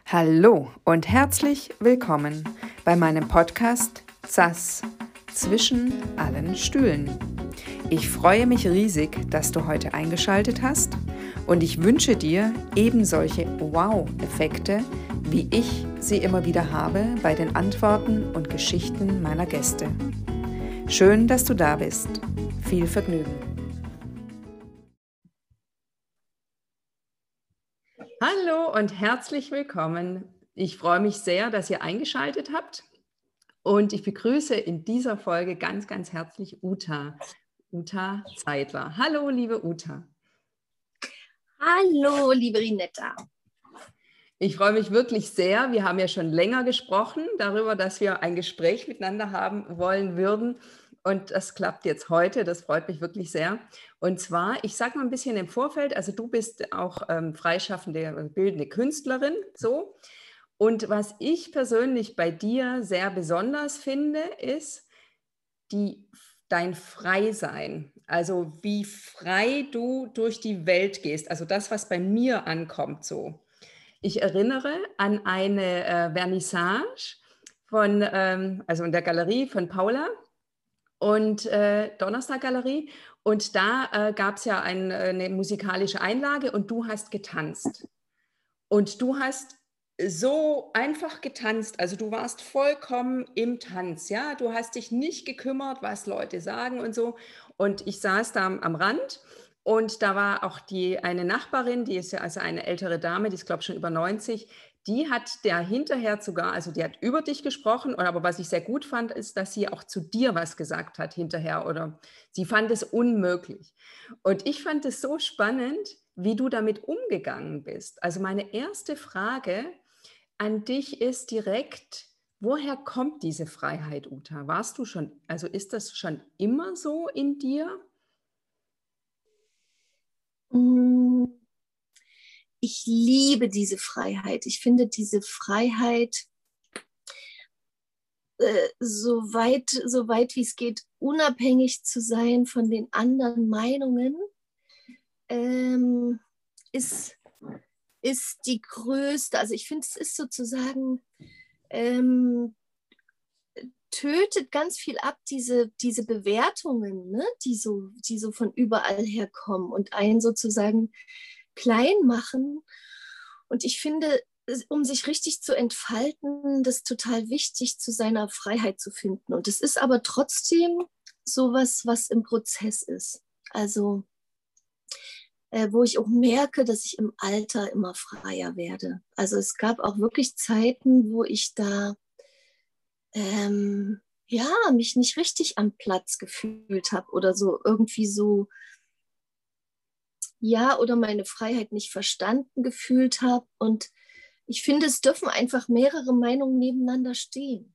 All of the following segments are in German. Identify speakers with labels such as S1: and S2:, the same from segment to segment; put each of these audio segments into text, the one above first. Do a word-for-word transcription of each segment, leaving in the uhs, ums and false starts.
S1: Hallo und herzlich willkommen bei meinem Podcast Sass zwischen allen Stühlen. Ich freue mich riesig, dass du heute eingeschaltet hast und ich wünsche dir eben solche Wow-Effekte, wie ich sie immer wieder habe bei den Antworten und Geschichten meiner Gäste. Schön, dass du da bist. Viel Vergnügen. Hallo und herzlich willkommen. Ich freue mich sehr, dass ihr eingeschaltet habt und ich begrüße in dieser Folge ganz, ganz herzlich Uta, Uta Zeidler. Hallo, liebe Uta.
S2: Hallo, liebe Rinetta.
S1: Ich freue mich wirklich sehr. Wir haben ja schon länger gesprochen darüber, dass wir ein Gespräch miteinander haben wollen würden. Und das klappt jetzt heute. Das freut mich wirklich sehr. Und zwar, ich sage mal ein bisschen im Vorfeld, also du bist auch ähm, freischaffende, bildende Künstlerin, so. Und was ich persönlich bei dir sehr besonders finde, ist die, dein Freisein. Also wie frei du durch die Welt gehst. Also das, was bei mir ankommt, so. Ich erinnere an eine äh, Vernissage von, ähm, also in der Galerie von Paula und äh, Donnerstag Galerie. Und da äh, gab es ja ein, eine musikalische Einlage und du hast getanzt. Und du hast so einfach getanzt, also du warst vollkommen im Tanz, ja, du hast dich nicht gekümmert, was Leute sagen und so. Und ich saß da am, am Rand und da war auch die eine Nachbarin, die ist ja also eine ältere Dame, die ist glaube ich schon über neunzig, die hat der hinterher sogar, also die hat über dich gesprochen, aber was ich sehr gut fand, ist, dass sie auch zu dir was gesagt hat hinterher oder sie fand es unmöglich. Und ich fand es so spannend, wie du damit umgegangen bist. Also meine erste Frage an dich ist direkt, woher kommt diese Freiheit, Uta? Warst du schon, also ist das schon immer so in dir?
S2: Ich liebe diese Freiheit. Ich finde diese Freiheit äh, so weit, so weit wie es geht, unabhängig zu sein von den anderen Meinungen, ähm, ist, ist die größte. Also ich finde, es ist sozusagen, ähm, tötet ganz viel ab, diese, diese Bewertungen, ne? die, so, die so von überall herkommen und einen sozusagen klein machen. Und ich finde, um sich richtig zu entfalten, das ist total wichtig, zu seiner Freiheit zu finden. Und es ist aber trotzdem sowas, was im Prozess ist. Also, äh, wo ich auch merke, dass ich im Alter immer freier werde. Also es gab auch wirklich Zeiten, wo ich da ähm, ja, mich nicht richtig am Platz gefühlt habe oder so irgendwie so, ja, oder meine Freiheit nicht verstanden gefühlt habe. Und ich finde, es dürfen einfach mehrere Meinungen nebeneinander stehen.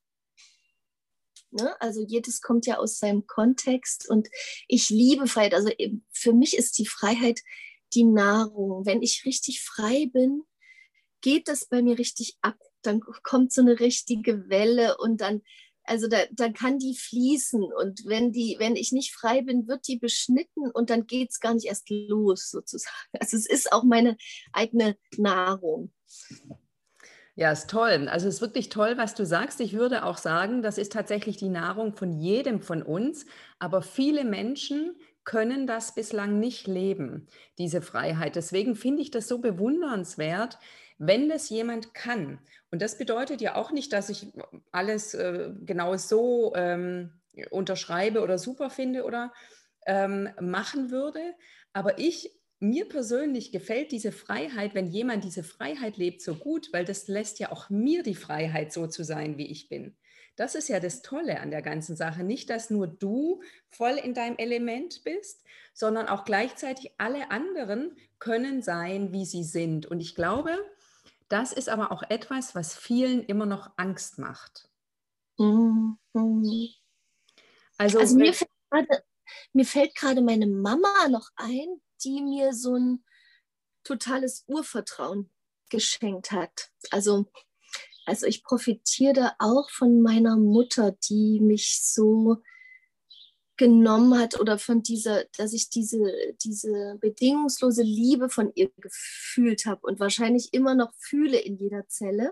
S2: Ne? Also jedes kommt ja aus seinem Kontext und ich liebe Freiheit. Also für mich ist die Freiheit die Nahrung. Wenn ich richtig frei bin, geht das bei mir richtig ab. Dann kommt so eine richtige Welle und dann, also da, dann kann die fließen. Und wenn die, wenn ich nicht frei bin, wird die beschnitten und dann geht es gar nicht erst los, sozusagen. Also es ist auch meine eigene Nahrung.
S1: Ja, ist toll. Also es ist wirklich toll, was du sagst. Ich würde auch sagen, das ist tatsächlich die Nahrung von jedem von uns. Aber viele Menschen können das bislang nicht leben, diese Freiheit. Deswegen finde ich das so bewundernswert, wenn das jemand kann. Und das bedeutet ja auch nicht, dass ich alles äh, genau so ähm, unterschreibe oder super finde oder ähm, machen würde. Aber ich mir persönlich gefällt diese Freiheit, wenn jemand diese Freiheit lebt, so gut, weil das lässt ja auch mir die Freiheit, so zu sein, wie ich bin. Das ist ja das Tolle an der ganzen Sache. Nicht, dass nur du voll in deinem Element bist, sondern auch gleichzeitig alle anderen können sein, wie sie sind. Und ich glaube, das ist aber auch etwas, was vielen immer noch Angst macht.
S2: Mhm.
S1: Also,
S2: Also mir fällt gerade, mir fällt gerade meine Mama noch ein, die mir so ein totales Urvertrauen geschenkt hat. Also, also ich profitiere da auch von meiner Mutter, die mich so genommen hat oder von dieser, dass ich diese, diese bedingungslose Liebe von ihr gefühlt habe und wahrscheinlich immer noch fühle in jeder Zelle.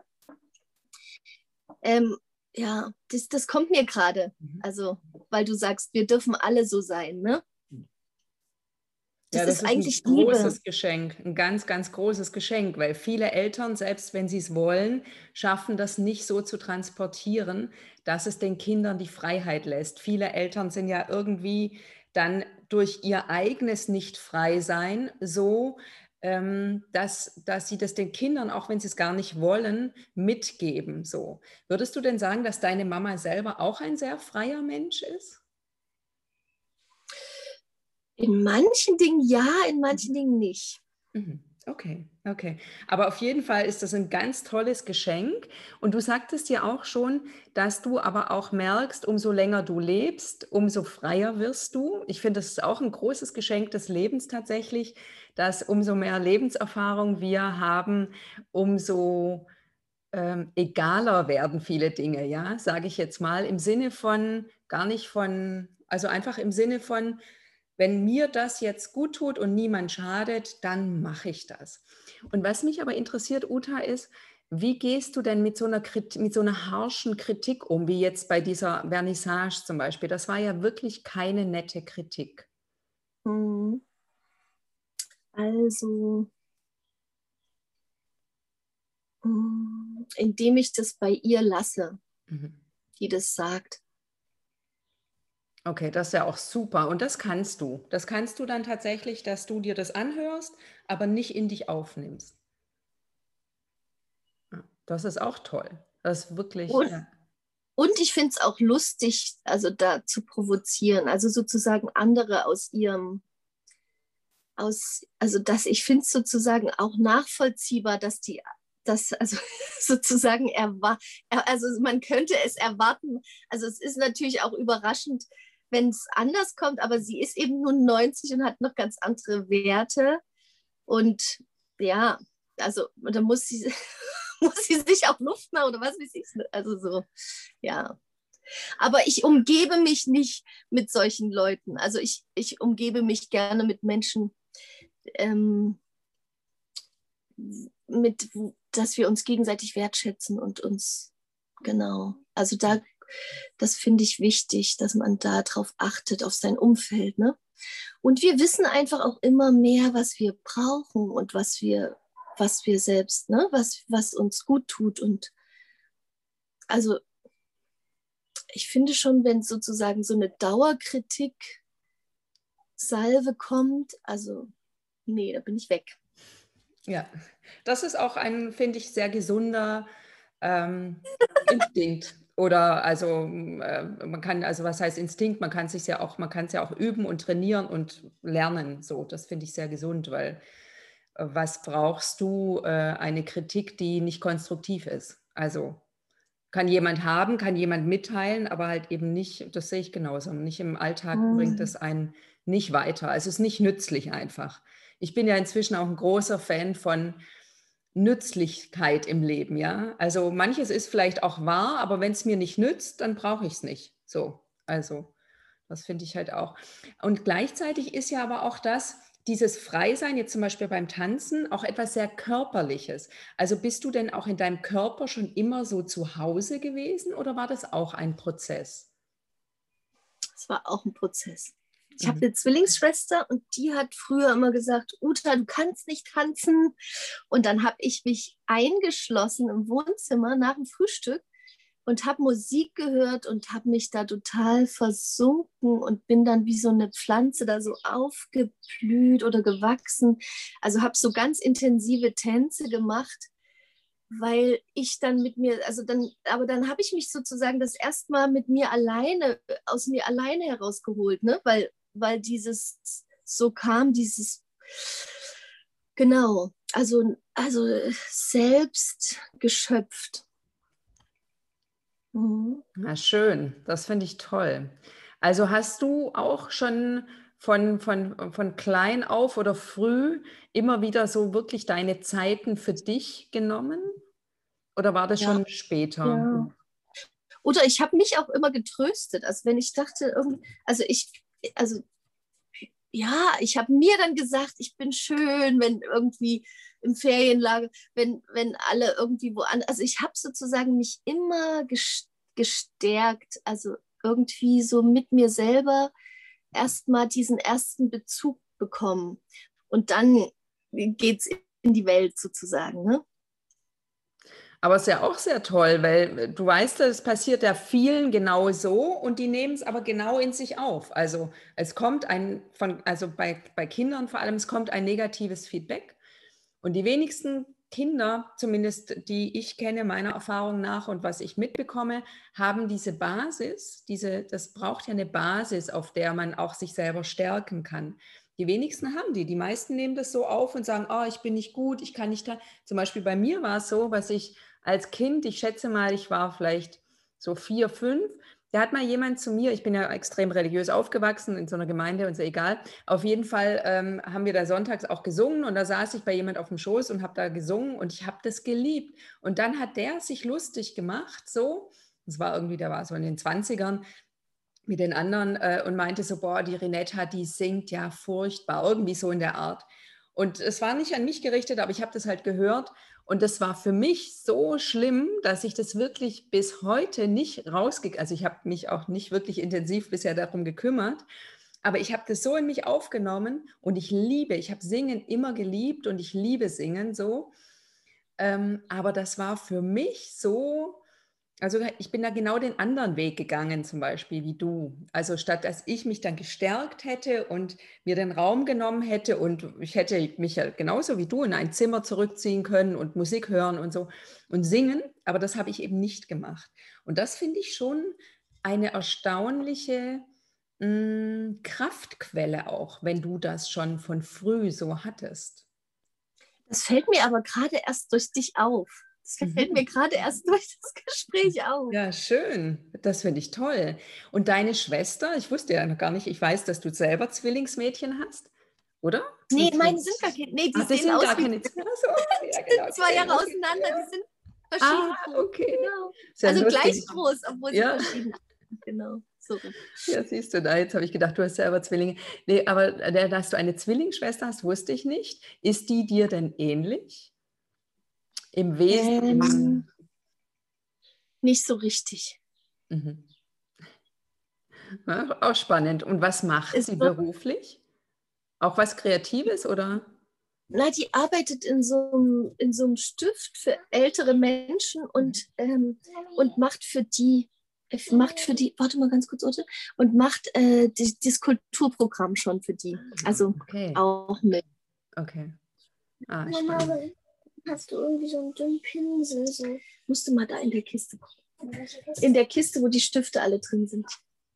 S2: Ähm, ja, das, das kommt mir gerade. Also, weil du sagst, wir dürfen alle so sein, ne? Das,
S1: Ja, das
S2: ist
S1: ist ein
S2: eigentlich Liebe.
S1: großes Geschenk, ein ganz, ganz großes Geschenk, weil viele Eltern, selbst wenn sie es wollen, schaffen das nicht so zu transportieren, dass es den Kindern die Freiheit lässt. Viele Eltern sind ja irgendwie dann durch ihr eigenes Nicht-Frei-Sein so, ähm, dass, dass sie das den Kindern, auch wenn sie es gar nicht wollen, mitgeben. So. Würdest du denn sagen, dass deine Mama selber auch ein sehr freier Mensch ist?
S2: In manchen Dingen ja, in manchen Dingen nicht.
S1: Mhm. Okay, okay. Aber auf jeden Fall ist das ein ganz tolles Geschenk. Und du sagtest ja auch schon, dass du aber auch merkst, umso länger du lebst, umso freier wirst du. Ich finde, das ist auch ein großes Geschenk des Lebens tatsächlich, dass umso mehr Lebenserfahrung wir haben, umso ähm, egaler werden viele Dinge, ja, sage ich jetzt mal, im Sinne von, gar nicht von, also einfach im Sinne von, wenn mir das jetzt gut tut und niemand schadet, dann mache ich das. Und was mich aber interessiert, Uta, ist, wie gehst du denn mit so einer Kritik, mit so einer harschen Kritik um, wie jetzt bei dieser Vernissage zum Beispiel? Das war ja wirklich keine nette Kritik.
S2: Mhm. Also, mh, indem ich das bei ihr lasse,
S1: Mhm.
S2: die das sagt.
S1: Okay, das ist ja auch super. Und das kannst du. Das kannst du dann tatsächlich, dass du dir das anhörst, aber nicht in dich aufnimmst. Ja, das ist auch toll. Das ist wirklich,
S2: Und,
S1: ja.
S2: und ich finde es auch lustig, also da zu provozieren, also sozusagen andere aus ihrem, aus, also dass ich finde es sozusagen auch nachvollziehbar, dass die, das, also sozusagen erwa also man könnte es erwarten, also es ist natürlich auch überraschend, wenn es anders kommt, aber sie ist eben nur neunzig und hat noch ganz andere Werte und ja, also da muss sie, muss sie sich auch Luft machen oder was weiß ich, also so, ja. Aber ich umgebe mich nicht mit solchen Leuten. Also ich, ich umgebe mich gerne mit Menschen, ähm, mit, dass wir uns gegenseitig wertschätzen und uns, genau. Also da, das finde ich wichtig, dass man da drauf achtet, auf sein Umfeld, ne? Und wir wissen einfach auch immer mehr, was wir brauchen und was wir, was wir selbst, ne, was, was uns gut tut. Und also ich finde schon, wenn sozusagen so eine Dauerkritik Salve kommt, also nee, da bin ich weg.
S1: Ja, das ist auch ein, finde ich, sehr gesunder ähm, Instinkt. Oder also äh, man kann, also was heißt Instinkt? Man kann sich ja auch, man kann es ja auch üben und trainieren und lernen. So, das finde ich sehr gesund, weil äh, was brauchst du? Äh, eine Kritik, die nicht konstruktiv ist. Also kann jemand haben, kann jemand mitteilen, aber halt eben nicht, das sehe ich genauso, nicht im Alltag bringt
S2: Hm.
S1: es einen nicht weiter. Also es ist nicht nützlich einfach. Ich bin ja inzwischen auch ein großer Fan von Nützlichkeit im Leben, ja. Also manches ist vielleicht auch wahr, aber wenn es mir nicht nützt, dann brauche ich es nicht. So, also das finde ich halt auch. Und gleichzeitig ist ja aber auch das, dieses Freisein, jetzt zum Beispiel beim Tanzen, auch etwas sehr Körperliches. Also bist du denn auch in deinem Körper schon immer so zu Hause gewesen oder war das auch ein Prozess?
S2: Das war auch ein Prozess. Ich habe
S1: Mhm.
S2: eine Zwillingsschwester und die hat früher immer gesagt, Uta, du kannst nicht tanzen. Und dann habe ich mich eingeschlossen im Wohnzimmer nach dem Frühstück und habe Musik gehört und habe mich da total versunken und bin dann wie so eine Pflanze da so aufgeblüht oder gewachsen. Also habe so ganz intensive Tänze gemacht, weil ich dann mit mir, also dann, aber dann habe ich mich sozusagen das erstmal mit mir alleine, aus mir alleine herausgeholt, ne? Weil, weil dieses so kam, dieses, genau, also, also selbst geschöpft. Mhm.
S1: Na schön, das finde ich toll. Also hast du auch schon von, von, von klein auf oder früh immer wieder so wirklich deine Zeiten für dich genommen? Oder war das
S2: Ja,
S1: schon später?
S2: ja. oder ich habe mich auch immer getröstet. Also wenn ich dachte, irgendwie, also ich, also ja, ich habe mir dann gesagt, ich bin schön, wenn irgendwie im Ferienlager, wenn, wenn alle irgendwie woanders, also ich habe sozusagen mich immer gestärkt, also irgendwie so mit mir selber erstmal diesen ersten Bezug bekommen. Und dann geht es in die Welt sozusagen, ne?
S1: Aber es ist ja auch sehr toll, weil du weißt, es passiert ja vielen genau so und die nehmen es aber genau in sich auf. Also es kommt ein, von, also bei, bei Kindern vor allem, es kommt ein negatives Feedback und die wenigsten Kinder, zumindest die ich kenne, meiner Erfahrung nach und was ich mitbekomme, haben diese Basis, diese, das braucht ja eine Basis, auf der man auch sich selber stärken kann. Die wenigsten haben die. Die meisten nehmen das so auf und sagen, oh, ich bin nicht gut, ich kann nicht da. Zum Beispiel bei mir war es so, was ich als Kind, ich schätze mal, ich war vielleicht so vier, fünf, da hat mal jemand zu mir, ich bin ja extrem religiös aufgewachsen in so einer Gemeinde und so, egal, auf jeden Fall ähm, haben wir da sonntags auch gesungen und da saß ich bei jemand auf dem Schoß und habe da gesungen und ich habe das geliebt. Und dann hat der sich lustig gemacht, so, das war irgendwie, der war so in den zwanzigern, mit den anderen äh, und meinte so, boah, die Renetta, die singt ja furchtbar, irgendwie so in der Art. Und es war nicht an mich gerichtet, aber ich habe das halt gehört und das war für mich so schlimm, dass ich das wirklich bis heute nicht rausgekriegt, also ich habe mich auch nicht wirklich intensiv bisher darum gekümmert, aber ich habe das so in mich aufgenommen und ich liebe, ich habe Singen immer geliebt und ich liebe Singen so, ähm, aber das war für mich so. Also ich bin da genau den anderen Weg gegangen, zum Beispiel wie du. Also statt dass ich mich dann gestärkt hätte und mir den Raum genommen hätte und ich hätte mich ja genauso wie du in ein Zimmer zurückziehen können und Musik hören und so und singen, aber das habe ich eben nicht gemacht. Und das finde ich schon eine erstaunliche mh, Kraftquelle auch, wenn du das schon von früh so hattest.
S2: Das fällt mir aber gerade erst durch dich auf. Das fällt
S1: Mhm.
S2: mir gerade erst durch das Gespräch auf.
S1: Ja, schön. Das finde ich toll. Und deine Schwester, ich wusste ja noch gar nicht, ich weiß, dass du selber Zwillingsmädchen hast, oder?
S2: Nee,
S1: Sind
S2: meine
S1: die,
S2: sind gar keine. Nee, die
S1: ach, die
S2: sehen
S1: sind
S2: aus
S1: gar
S2: wie
S1: keine Zwillinge. Ach so, okay, ja, genau. Die
S2: zwei
S1: sehen
S2: Jahre
S1: aus wie,
S2: auseinander.
S1: ja.
S2: Die sind verschieden
S1: Ah,
S2: groß.
S1: okay.
S2: Genau.
S1: Ist ja
S2: Also
S1: lustig.
S2: gleich groß, obwohl sie
S1: Ja.
S2: verschieden sind. Genau. So.
S1: Ja, siehst du, da jetzt habe ich gedacht, du hast selber Zwillinge. Nee, aber dass du eine Zwillingsschwester hast, wusste ich nicht. Ist die dir denn ähnlich? Im Wesen?
S2: Ähm,
S1: Im...
S2: Nicht so richtig.
S1: Mhm. Ja, auch spannend. Und was macht
S2: Ist
S1: sie
S2: so,
S1: beruflich? Auch was Kreatives, oder?
S2: na, die arbeitet in so einem, in so einem Stift für ältere Menschen und, ähm, und macht für die, macht für die, warte mal ganz kurz, Ute, und macht äh, die, das Kulturprogramm schon für die. Also
S1: Okay,
S2: auch mit.
S1: okay. Ah,
S2: Mama,
S1: spannend.
S2: hast du irgendwie so einen dünnen Pinsel? So? Musst du mal da in der Kiste gucken. In der Kiste, wo die Stifte alle drin sind.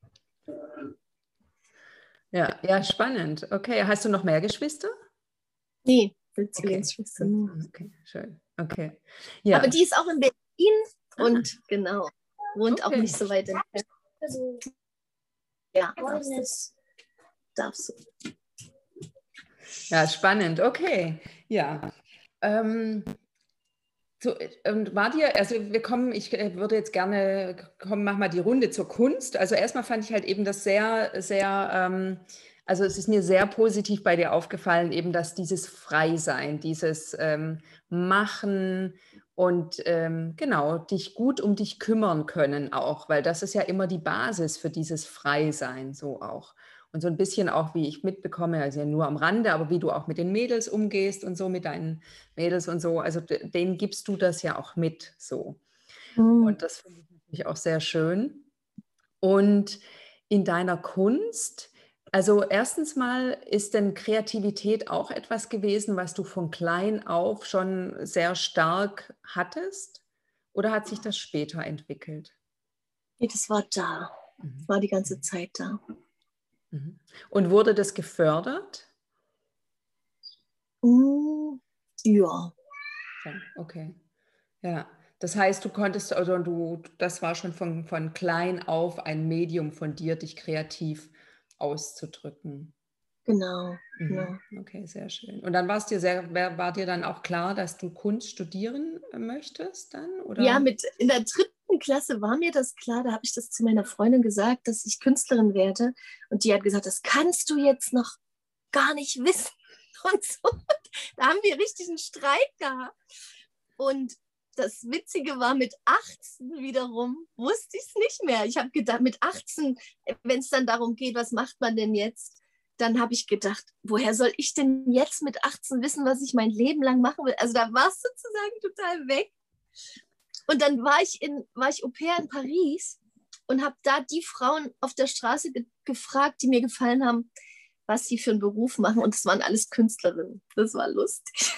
S1: Ja, ja, spannend. Okay, hast du noch mehr Geschwister?
S2: Nee,
S1: Okay,
S2: Zwillingsschwester nur.
S1: okay, schön. Okay.
S2: Aber
S1: Ja,
S2: die ist auch in Berlin
S1: ah,
S2: und genau, wohnt auch
S1: okay.
S2: nicht so weit entfernt. Also, ja, darfst das darfst du.
S1: Ja, spannend. Okay. Ja. Ähm, so, und war dir, also wir kommen, ich äh, würde jetzt gerne, komm, mach mal die Runde zur Kunst. Also erstmal fand ich halt eben das sehr, sehr, ähm, also es ist mir sehr positiv bei dir aufgefallen, eben, dass dieses Freisein, dieses ähm, Machen und ähm, genau, dich gut um dich kümmern können auch, weil das ist ja immer die Basis für dieses Freisein, so auch. Und so ein bisschen auch, wie ich mitbekomme, also ja nur am Rande, aber wie du auch mit den Mädels umgehst und so, mit deinen Mädels und so, also denen gibst du das ja auch mit, so.
S2: Mhm.
S1: Und das finde ich natürlich auch sehr schön. Und in deiner Kunst, also erstens mal, ist denn Kreativität auch etwas gewesen, was du von klein auf schon sehr stark hattest? Oder hat sich das später entwickelt?
S2: Nee, das war da.
S1: Mhm.
S2: Das war die ganze Zeit da.
S1: Mhm. Und wurde das gefördert?
S2: Mhm. Ja.
S1: Okay. Ja, das heißt, du konntest, also du, das war schon von, von klein auf ein Medium von dir, dich kreativ auszudrücken.
S2: Genau.
S1: Mhm.
S2: Ja.
S1: Okay, sehr schön. Und dann war es dir sehr, war, war dir dann auch klar, dass du Kunst studieren möchtest dann,
S2: Ja,
S1: oder?
S2: mit in der dritten siebten Klasse war mir das klar, da habe ich das zu meiner Freundin gesagt, dass ich Künstlerin werde. Und die hat gesagt, das kannst du jetzt noch gar nicht wissen. Und so. Da haben wir richtig einen Streit gehabt. Und das Witzige war, mit achtzehn wiederum wusste ich es nicht mehr. Ich habe gedacht, mit achtzehn, wenn es dann darum geht, was macht man denn jetzt, dann habe ich gedacht, woher soll ich denn jetzt mit achtzehn wissen, was ich mein Leben lang machen will? Also da war es sozusagen total weg. Und dann war ich, in, war ich Au pair in Paris und habe da die Frauen auf der Straße ge- gefragt, die mir gefallen haben, was sie für einen Beruf machen. Und es waren alles Künstlerinnen. Das war lustig.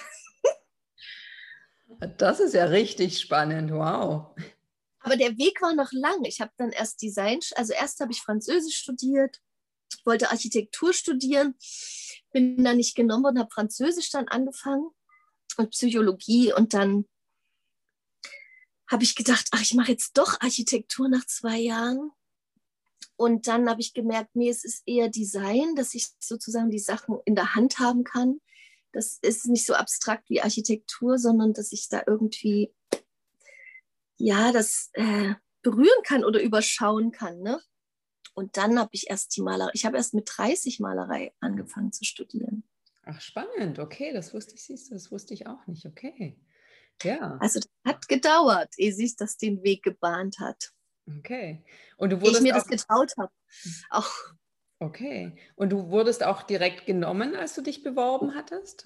S1: Das ist ja richtig spannend, wow.
S2: Aber der Weg war noch lang. Ich habe dann erst Design, also erst habe ich Französisch studiert, wollte Architektur studieren, bin dann nicht genommen worden, habe Französisch dann angefangen und Psychologie. Und dann habe ich gedacht, ach, ich mache jetzt doch Architektur nach zwei Jahren. Und dann habe ich gemerkt, nee, es ist eher Design, dass ich sozusagen die Sachen in der Hand haben kann. Das ist nicht so abstrakt wie Architektur, sondern dass ich da irgendwie, ja, das äh, berühren kann oder überschauen kann. Ne? Und dann habe ich erst die Malerei, ich habe erst mit dreißig Malerei angefangen zu studieren.
S1: Ach, spannend, okay, das wusste ich, siehst du, das wusste ich auch nicht, okay. Ja.
S2: Also das hat gedauert, ehe sich das den Weg gebahnt hat.
S1: Okay. Und du
S2: Ehe ich
S1: wurdest
S2: mir
S1: auch,
S2: das getraut habe. Auch
S1: okay. Und du wurdest auch direkt genommen, als du dich beworben hattest?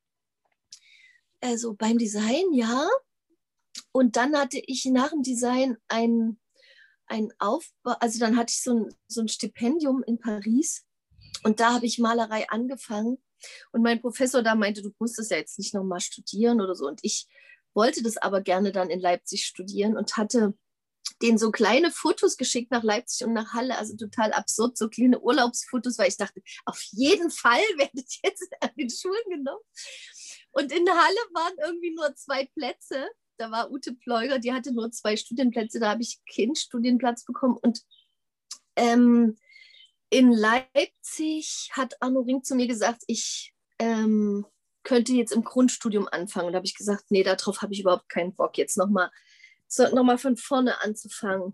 S2: also beim Design, ja. Und dann hatte ich nach dem Design ein, ein Aufbau, also dann hatte ich so ein, so ein Stipendium in Paris und da habe ich Malerei angefangen. Und mein Professor da meinte, du musst das ja jetzt nicht nochmal studieren oder so. Und ich wollte das aber gerne dann in Leipzig studieren und hatte denen so kleine Fotos geschickt nach Leipzig und nach Halle, also total absurd, so kleine Urlaubsfotos, weil ich dachte, auf jeden Fall werde ich jetzt an den Schulen genommen. Und in Halle waren irgendwie nur zwei Plätze. Da war Ute Pleuger, die hatte nur zwei Studienplätze, da habe ich keinen Studienplatz bekommen. Und ähm, in Leipzig hat Arno Ring zu mir gesagt, ich ähm, könnte jetzt im Grundstudium anfangen. Und da habe ich gesagt, nee, darauf habe ich überhaupt keinen Bock, jetzt nochmal so, noch mal von vorne anzufangen.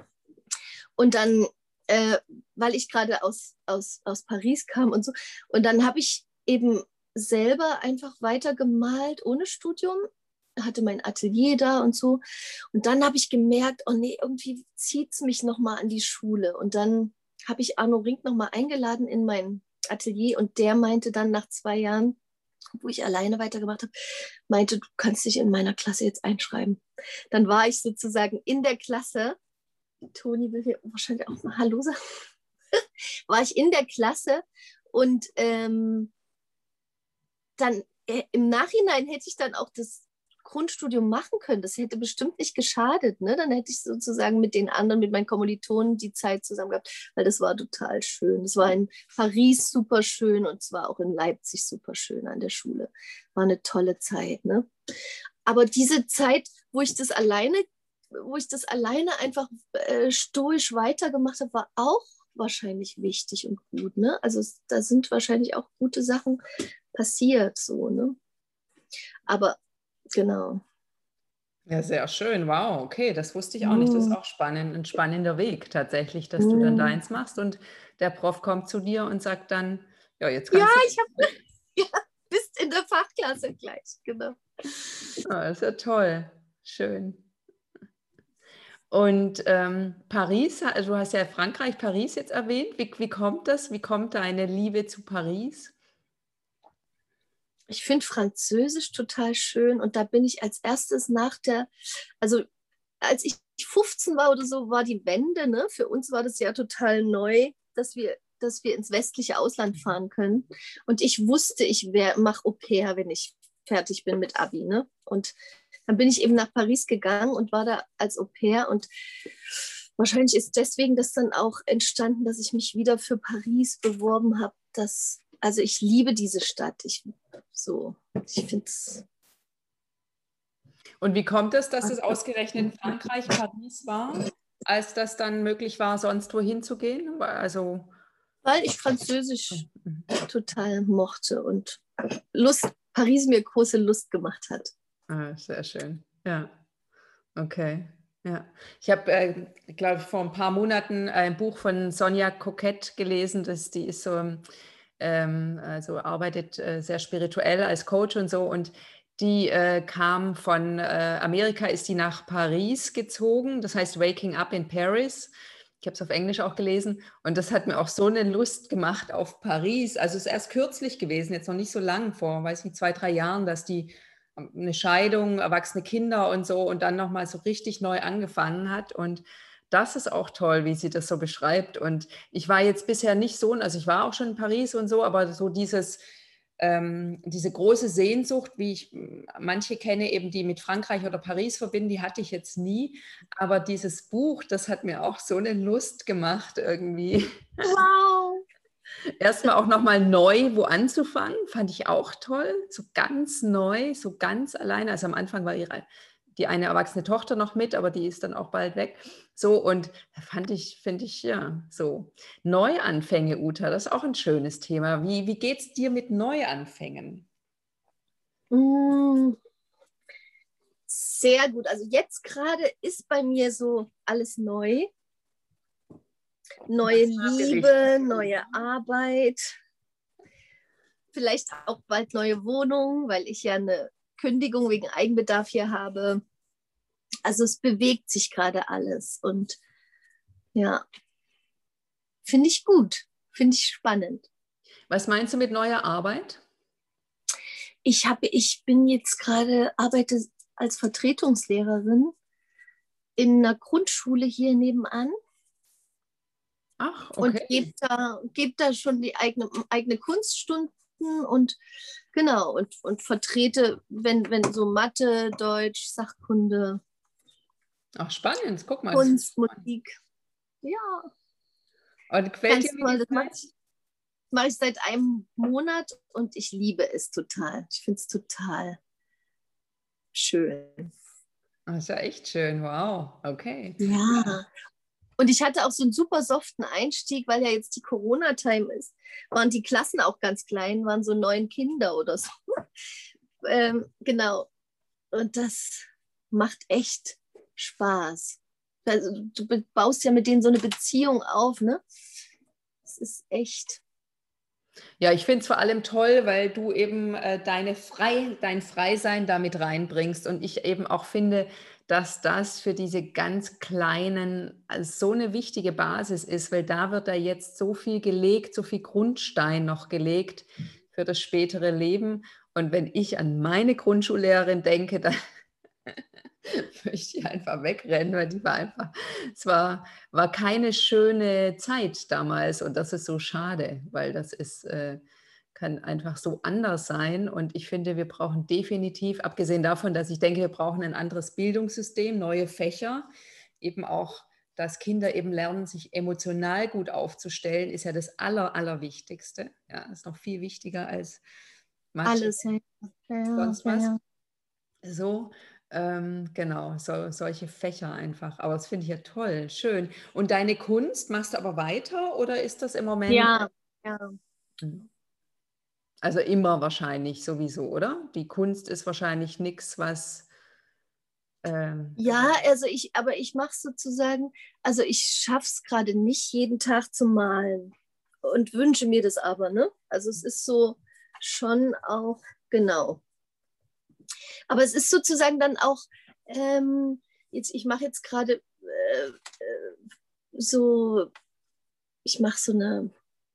S2: Und dann, äh, weil ich gerade aus, aus, aus Paris kam und so, und dann habe ich eben selber einfach weiter gemalt ohne Studium, hatte mein Atelier da und so. Und dann habe ich gemerkt, oh nee, irgendwie zieht es mich nochmal an die Schule. Und dann habe ich Arno Ring nochmal eingeladen in mein Atelier und der meinte dann nach zwei Jahren, wo ich alleine weitergemacht habe, meinte, du kannst dich in meiner Klasse jetzt einschreiben. Dann war ich sozusagen in der Klasse, Toni will hier wahrscheinlich auch mal Hallo sagen, war ich in der Klasse und ähm, dann äh, im Nachhinein hätte ich dann auch das Grundstudium machen können. Das hätte bestimmt nicht geschadet. Ne? Dann hätte ich sozusagen mit den anderen, mit meinen Kommilitonen die Zeit zusammen gehabt, weil das war total schön. Es war in Paris super schön und zwar auch in Leipzig super schön an der Schule. War eine tolle Zeit. Ne? Aber diese Zeit, wo ich das alleine, wo ich das alleine einfach äh, stoisch weitergemacht habe, war auch wahrscheinlich wichtig und gut. Ne? Also es, da sind wahrscheinlich auch gute Sachen passiert. So, ne? Aber genau.
S1: Ja, sehr schön. Wow, okay, das wusste ich auch nicht. Das ist
S2: Mm.
S1: auch spannend, ein spannender Weg tatsächlich, dass du dann
S2: Mm.
S1: deins machst und der Prof kommt zu dir und sagt dann, ja, jetzt
S2: Ja,
S1: kannst du.
S2: ich habe ja, bist in der Fachklasse gleich, genau.
S1: Ah, das ist ja toll. Schön. Und ähm, Paris, also du hast ja Frankreich, Paris jetzt erwähnt. Wie, wie kommt das? Wie kommt deine Liebe zu Paris?
S2: Ich finde Französisch total schön und da bin ich als erstes nach der, also als ich fünfzehn war oder so, war die Wende, ne? Für uns war das ja total neu, dass wir, dass wir ins westliche Ausland fahren können. Und ich wusste, ich mache Au pair, wenn ich fertig bin mit Abi, ne? Und dann bin ich eben nach Paris gegangen und war da als Au pair und wahrscheinlich ist deswegen das dann auch entstanden, dass ich mich wieder für Paris beworben habe. Dass, also ich liebe diese Stadt. Ich, so, ich finde es.
S1: Und wie kommt es, dass es ausgerechnet Frankreich, Paris war, als das dann möglich war, sonst wohin zu gehen? Also,
S2: weil ich Französisch total mochte und Lust, Paris mir große Lust gemacht hat.
S1: ah, sehr schön. Ja, okay. Ja, ich habe, äh, glaube ich, vor ein paar Monaten ein Buch von Sonja Kokett gelesen, das die ist so, ähm, also arbeitet, äh, sehr spirituell als Coach und so und die, äh, kam von, äh, Amerika ist die nach Paris gezogen, das heißt „Waking Up in Paris." Ich habe es auf Englisch auch gelesen und das hat mir auch so eine Lust gemacht auf Paris. Also, es ist erst kürzlich gewesen, jetzt noch nicht so lang, vor, weiß nicht, zwei drei Jahren, dass die eine Scheidung, erwachsene Kinder und so und dann noch mal so richtig neu angefangen hat und das ist auch toll, wie sie das so beschreibt und ich war jetzt bisher nicht so also, ich war auch schon in Paris und so, aber so dieses ähm, diese große Sehnsucht, wie ich hm, manche kenne, eben die mit Frankreich oder Paris verbinden, die hatte ich jetzt nie. Aber dieses Buch, das hat mir auch so eine Lust gemacht irgendwie.
S2: Wow!
S1: Erstmal auch noch mal neu wo anzufangen, fand ich auch toll, so ganz neu, so ganz alleine. Also, am Anfang war ihre die eine erwachsene Tochter noch mit, aber die ist dann auch bald weg. So und fand ich finde ich, ja, so. Neuanfänge, Uta, das ist auch ein schönes Thema. Wie wie geht's dir mit Neuanfängen?
S2: Mm, sehr gut. Also jetzt gerade ist bei mir so alles neu. Neue Liebe, neue Arbeit, vielleicht auch bald neue Wohnung, weil ich ja eine Kündigung wegen Eigenbedarf hier habe. Also es bewegt sich gerade alles und ja, finde ich gut, finde ich spannend.
S1: Was meinst du mit neuer Arbeit?
S2: Ich habe, ich bin jetzt gerade, arbeite als Vertretungslehrerin in einer Grundschule hier nebenan.
S1: Ach,
S2: Und
S1: okay.
S2: gebe da, geb da schon die eigene, eigene Kunststunden und genau, und, und vertrete, wenn, wenn so Mathe, Deutsch, Sachkunde,
S1: Ach, spannend. Guck mal, das ist
S2: Kunst,
S1: spannend.
S2: Musik. Ja,
S1: Und gefällt dir,
S2: ganz
S1: wie
S2: toll.
S1: die
S2: Das mache
S1: Zeit?
S2: ich, mache ich seit einem Monat und ich liebe es total. Ich finde es total schön.
S1: Ah, ist ja echt schön. Wow. Okay.
S2: Ja. Und ich hatte auch so einen super soften Einstieg, weil ja jetzt die Corona-Time ist. Waren die Klassen auch ganz klein, waren so neun Kinder oder so. ähm, genau. Und das macht echt Spaß. Also, du baust ja mit denen so eine Beziehung auf, ne? Das ist echt.
S1: Ja, ich finde es vor allem toll, weil du eben äh, deine Frei, dein Freisein damit reinbringst. Und ich eben auch finde, dass das für diese ganz Kleinen äh, so eine wichtige Basis ist, weil da wird da jetzt so viel gelegt, so viel Grundstein noch gelegt für das spätere Leben. Und wenn ich an meine Grundschullehrerin denke, dann möchte ich einfach wegrennen, weil die war einfach, es war, war keine schöne Zeit damals und das ist so schade, weil das ist, äh, kann einfach so anders sein und ich finde, wir brauchen definitiv, abgesehen davon, dass ich denke, wir brauchen ein anderes Bildungssystem, neue Fächer, eben auch, dass Kinder eben lernen, sich emotional gut aufzustellen, ist ja das Aller, Allerwichtigste. Ja, ist noch viel wichtiger als Mathe,
S2: Alles, ja. Ja,
S1: sonst
S2: ja,
S1: was.
S2: ja.
S1: So, ähm, genau, so, solche Fächer einfach. Aber das finde ich ja toll, schön. Und deine Kunst machst du aber weiter oder ist das im Moment?
S2: Ja, ja.
S1: Hm. Also immer wahrscheinlich sowieso, oder? Die Kunst ist wahrscheinlich nichts, was. Ähm,
S2: Ja, also ich, aber ich mache sozusagen, also ich schaffe es gerade nicht jeden Tag zu malen und wünsche mir das aber, ne? Also es ist so schon auch, genau. Aber es ist sozusagen dann auch, ähm, jetzt, ich mache jetzt gerade äh, äh, so, ich mache so eine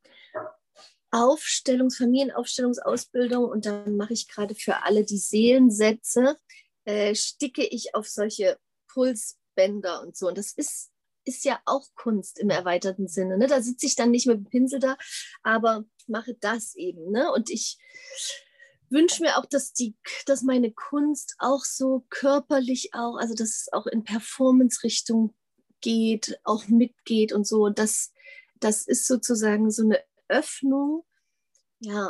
S2: Aufstellungs-, Familienaufstellungsausbildung und dann mache ich gerade für alle die Seelensätze, äh, sticke ich auf solche Pulsbänder und so. Und das ist, ist ja auch Kunst im erweiterten Sinne. Ne? Da sitze ich dann nicht mit dem Pinsel da, aber mache das eben. Ne? Und ich wünsche mir auch, dass, die, dass meine Kunst auch so körperlich auch, also dass es auch in Performance-Richtung geht, auch mitgeht und so. Und das, das ist sozusagen so eine Öffnung, ja,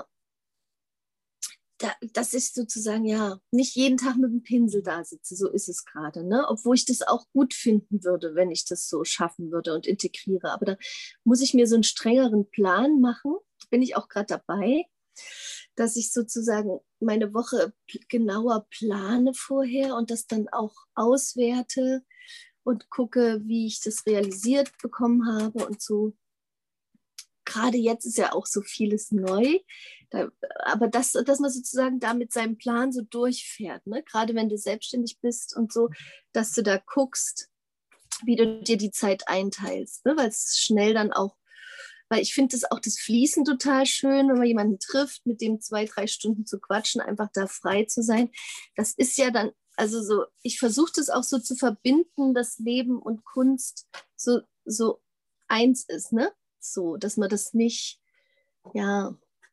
S2: da, dass ich sozusagen ja nicht jeden Tag mit dem Pinsel da sitze, so ist es gerade, ne? Obwohl ich das auch gut finden würde, wenn ich das so schaffen würde und integriere. Aber da muss ich mir so einen strengeren Plan machen, bin ich auch gerade dabei, dass ich sozusagen meine Woche genauer plane vorher und das dann auch auswerte und gucke, wie ich das realisiert bekommen habe und so. Gerade jetzt ist ja auch so vieles neu, da, aber das, dass man sozusagen da mit seinem Plan so durchfährt, ne? Gerade wenn du selbstständig bist und so, dass du da guckst, wie du dir die Zeit einteilst, ne? Weil es schnell dann auch, weil ich finde das auch das Fließen total schön, wenn man jemanden trifft, mit dem zwei, drei Stunden zu quatschen, einfach da frei zu sein. Das ist ja dann, also so, ich versuche das auch so zu verbinden, dass Leben und Kunst so, so eins ist, ne? So, dass man das nicht, ja.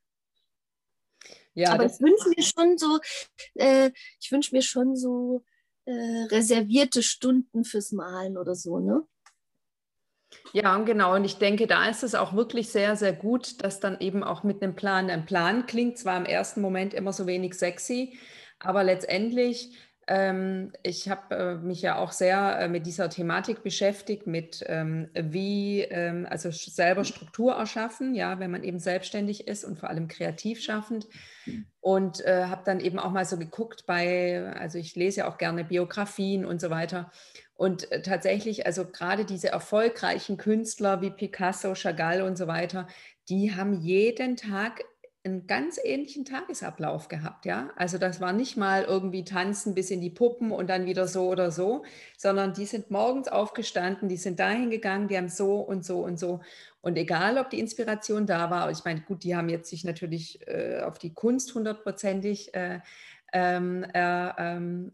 S1: Ja,
S2: Aber
S1: das
S2: ich wünsche mir schon so, äh, ich wünsche mir schon so äh, reservierte Stunden fürs Malen oder so, ne?
S1: Ja, genau. Und ich denke, da ist es auch wirklich sehr, sehr gut, dass dann eben auch mit einem Plan, ein Plan klingt zwar im ersten Moment immer so wenig sexy, aber letztendlich, ähm, ich habe äh, mich ja auch sehr äh, mit dieser Thematik beschäftigt, mit ähm, wie, ähm, also selber Struktur erschaffen, ja, wenn man eben selbstständig ist und vor allem kreativ schaffend. Und äh, habe dann eben auch mal so geguckt bei, also ich lese ja auch gerne Biografien und so weiter. Und äh, tatsächlich, also gerade diese erfolgreichen Künstler wie Picasso, Chagall und so weiter, die haben jeden Tag einen ganz ähnlichen Tagesablauf gehabt, ja. Also das war nicht mal irgendwie tanzen bis in die Puppen und dann wieder so oder so, sondern die sind morgens aufgestanden, die sind dahin gegangen, die haben so und so und so. Und egal, ob die Inspiration da war, ich meine, gut, die haben jetzt sich natürlich äh, auf die Kunst hundertprozentig äh, ähm, äh, ähm,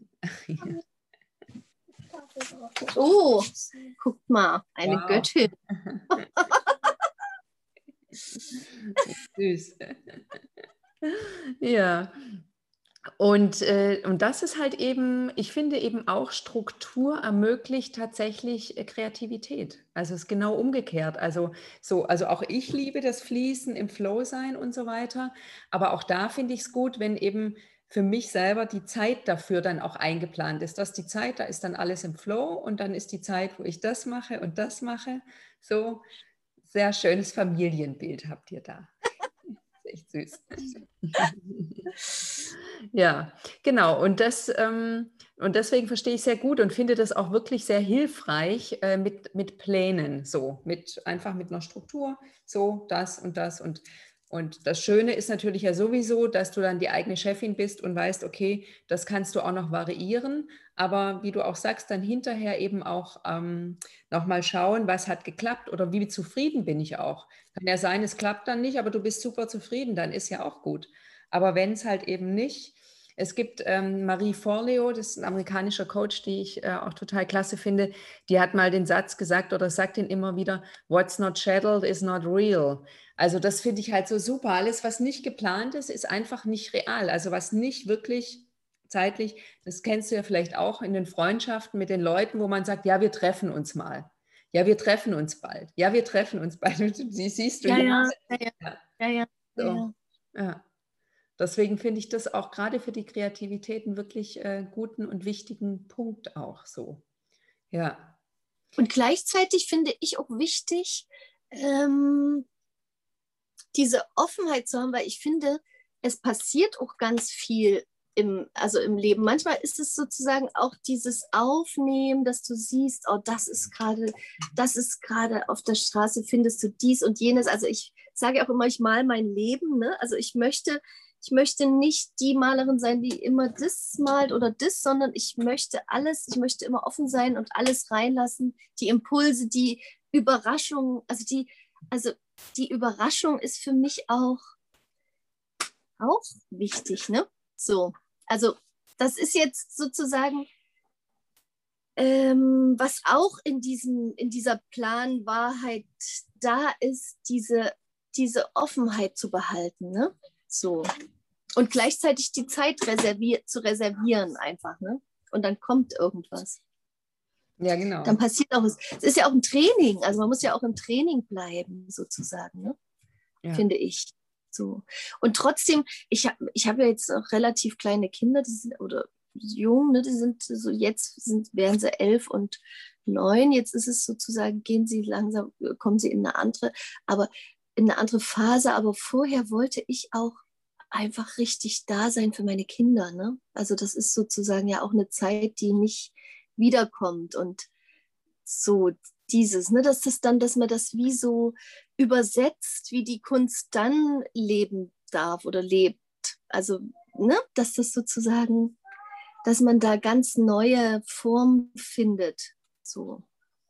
S2: Oh, guck mal, eine
S1: wow.
S2: Göttin.
S1: Süß. Ja. Und, äh, und das ist halt eben, ich finde eben auch, Struktur ermöglicht tatsächlich äh, Kreativität. Also es ist genau umgekehrt. Also so, also auch ich liebe das Fließen, im Flow sein und so weiter. Aber auch da finde ich es gut, wenn eben für mich selber die Zeit dafür dann auch eingeplant ist. Dass die Zeit, da ist dann alles im Flow und dann ist die Zeit, wo ich das mache und das mache. So, sehr schönes Familienbild habt ihr da. Echt süß. Ja, genau. Und das, ähm, und deswegen verstehe ich sehr gut und finde das auch wirklich sehr hilfreich äh, mit, mit Plänen, so, mit einfach mit einer Struktur, so, das und das. Und, und das Schöne ist natürlich ja sowieso, dass du dann die eigene Chefin bist und weißt, okay, das kannst du auch noch variieren. Aber wie du auch sagst, dann hinterher eben auch ähm, nochmal schauen, was hat geklappt oder wie zufrieden bin ich auch. Kann ja sein, es klappt dann nicht, aber du bist super zufrieden, dann ist ja auch gut. Aber wenn es halt eben nicht, es gibt ähm, Marie Forleo, das ist ein amerikanischer Coach, die ich äh, auch total klasse finde, die hat mal den Satz gesagt oder sagt ihn immer wieder, what's not scheduled is not real. Also das finde ich halt so super. Alles, was nicht geplant ist, ist einfach nicht real. Also was nicht wirklich zeitlich, das kennst du ja vielleicht auch in den Freundschaften mit den Leuten, wo man sagt, ja, wir treffen uns mal. Ja, wir treffen uns bald. Ja, wir treffen uns bald. Sie siehst du,
S2: Ja,
S1: ja.
S2: ja, ja, ja,
S1: Ja.
S2: ja, ja,
S1: So.
S2: ja.
S1: Ja. Deswegen finde ich das auch gerade für die Kreativität einen wirklich äh, guten und wichtigen Punkt auch so. Ja.
S2: Und gleichzeitig finde ich auch wichtig, ähm, diese Offenheit zu haben, weil ich finde, es passiert auch ganz viel im, also im Leben. Manchmal ist es sozusagen auch dieses Aufnehmen, dass du siehst, oh, das ist gerade, das ist gerade auf der Straße, findest du dies und jenes. Also ich sage auch immer, ich mal mein Leben, ne? Also ich möchte, ich möchte nicht die Malerin sein, die immer das malt oder das, sondern ich möchte alles, ich möchte immer offen sein und alles reinlassen, die Impulse, die Überraschungen, also die, also die Überraschung ist für mich auch, auch wichtig, ne? So, also das ist jetzt sozusagen, ähm, was auch in, diesem, in dieser Planwahrheit da ist, diese, diese Offenheit zu behalten, ne? So. Und gleichzeitig die Zeit reservier zu reservieren einfach, ne? Und dann kommt irgendwas.
S1: Ja, genau.
S2: Dann passiert auch was. Es ist ja auch ein Training, also man muss ja auch im Training bleiben, sozusagen, ne?
S1: Ja.
S2: Finde ich. So. Und trotzdem, ich habe ich hab ja jetzt auch relativ kleine Kinder, die sind, oder jung, ne, die sind so, jetzt sind, werden sie elf und neun. Jetzt ist es sozusagen, gehen sie langsam, kommen sie in eine andere, aber in eine andere Phase. Aber vorher wollte ich auch einfach richtig da sein für meine Kinder. Ne? Also das ist sozusagen ja auch eine Zeit, die nicht wiederkommt. Und So dieses, ne, dass das dann, dass man das wie so übersetzt, wie die Kunst dann leben darf oder lebt. Also, ne, dass das sozusagen, dass man da ganz neue Formen findet. So.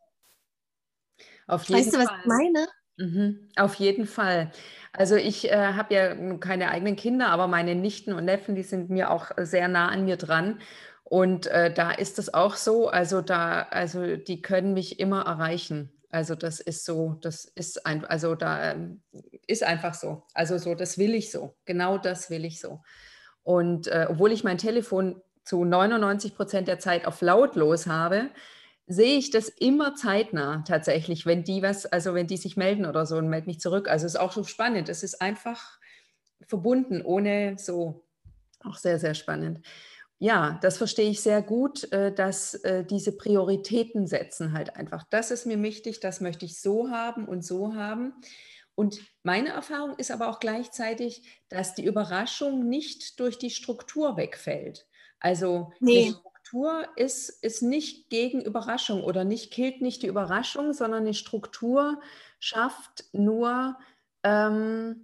S1: Auf jeden
S2: Weißt du, was ich
S1: Fall.
S2: meine?
S1: Mhm, auf jeden Fall. Also ich äh, habe ja nun keine eigenen Kinder, aber meine Nichten und Neffen, die sind mir auch sehr nah an mir dran. Und äh, da ist es auch so, also da, also die können mich immer erreichen. Also das ist so, das ist ein, also da ähm, ist einfach so. Also so, das will ich so. Genau das will ich so. Und äh, obwohl ich mein Telefon zu neunundneunzig Prozent der Zeit auf lautlos habe, sehe ich das immer zeitnah tatsächlich, wenn die was, also wenn die sich melden oder so und melden mich zurück. Also es ist auch so spannend. Es ist einfach verbunden, ohne so. Auch sehr, sehr spannend. Ja, das verstehe ich sehr gut, äh, dass äh, diese Prioritäten setzen halt einfach. Das ist mir wichtig, das möchte ich so haben und so haben. Und meine Erfahrung ist aber auch gleichzeitig, dass die Überraschung nicht durch die Struktur wegfällt. Also eine
S2: Nee,
S1: Struktur ist, ist nicht gegen Überraschung oder nicht killt nicht die Überraschung, sondern eine Struktur schafft nur, ähm,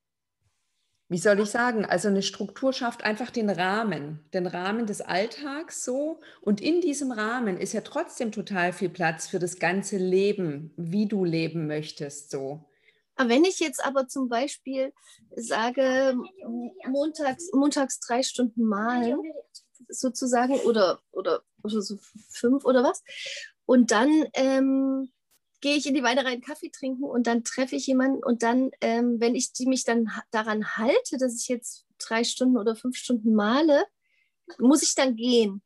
S1: wie soll ich sagen, also eine Struktur schafft einfach den Rahmen, den Rahmen des Alltags so. Und in diesem Rahmen ist ja trotzdem total viel Platz für das ganze Leben, wie du leben möchtest so.
S2: aber wenn ich jetzt aber zum Beispiel sage, montags, montags drei Stunden malen, sozusagen, oder, oder, oder so fünf oder was, und dann ähm, gehe ich in die Weinerei einen Kaffee trinken und dann treffe ich jemanden und dann, ähm, wenn ich die, mich dann daran halte, dass ich jetzt drei Stunden oder fünf Stunden male, muss ich dann gehen.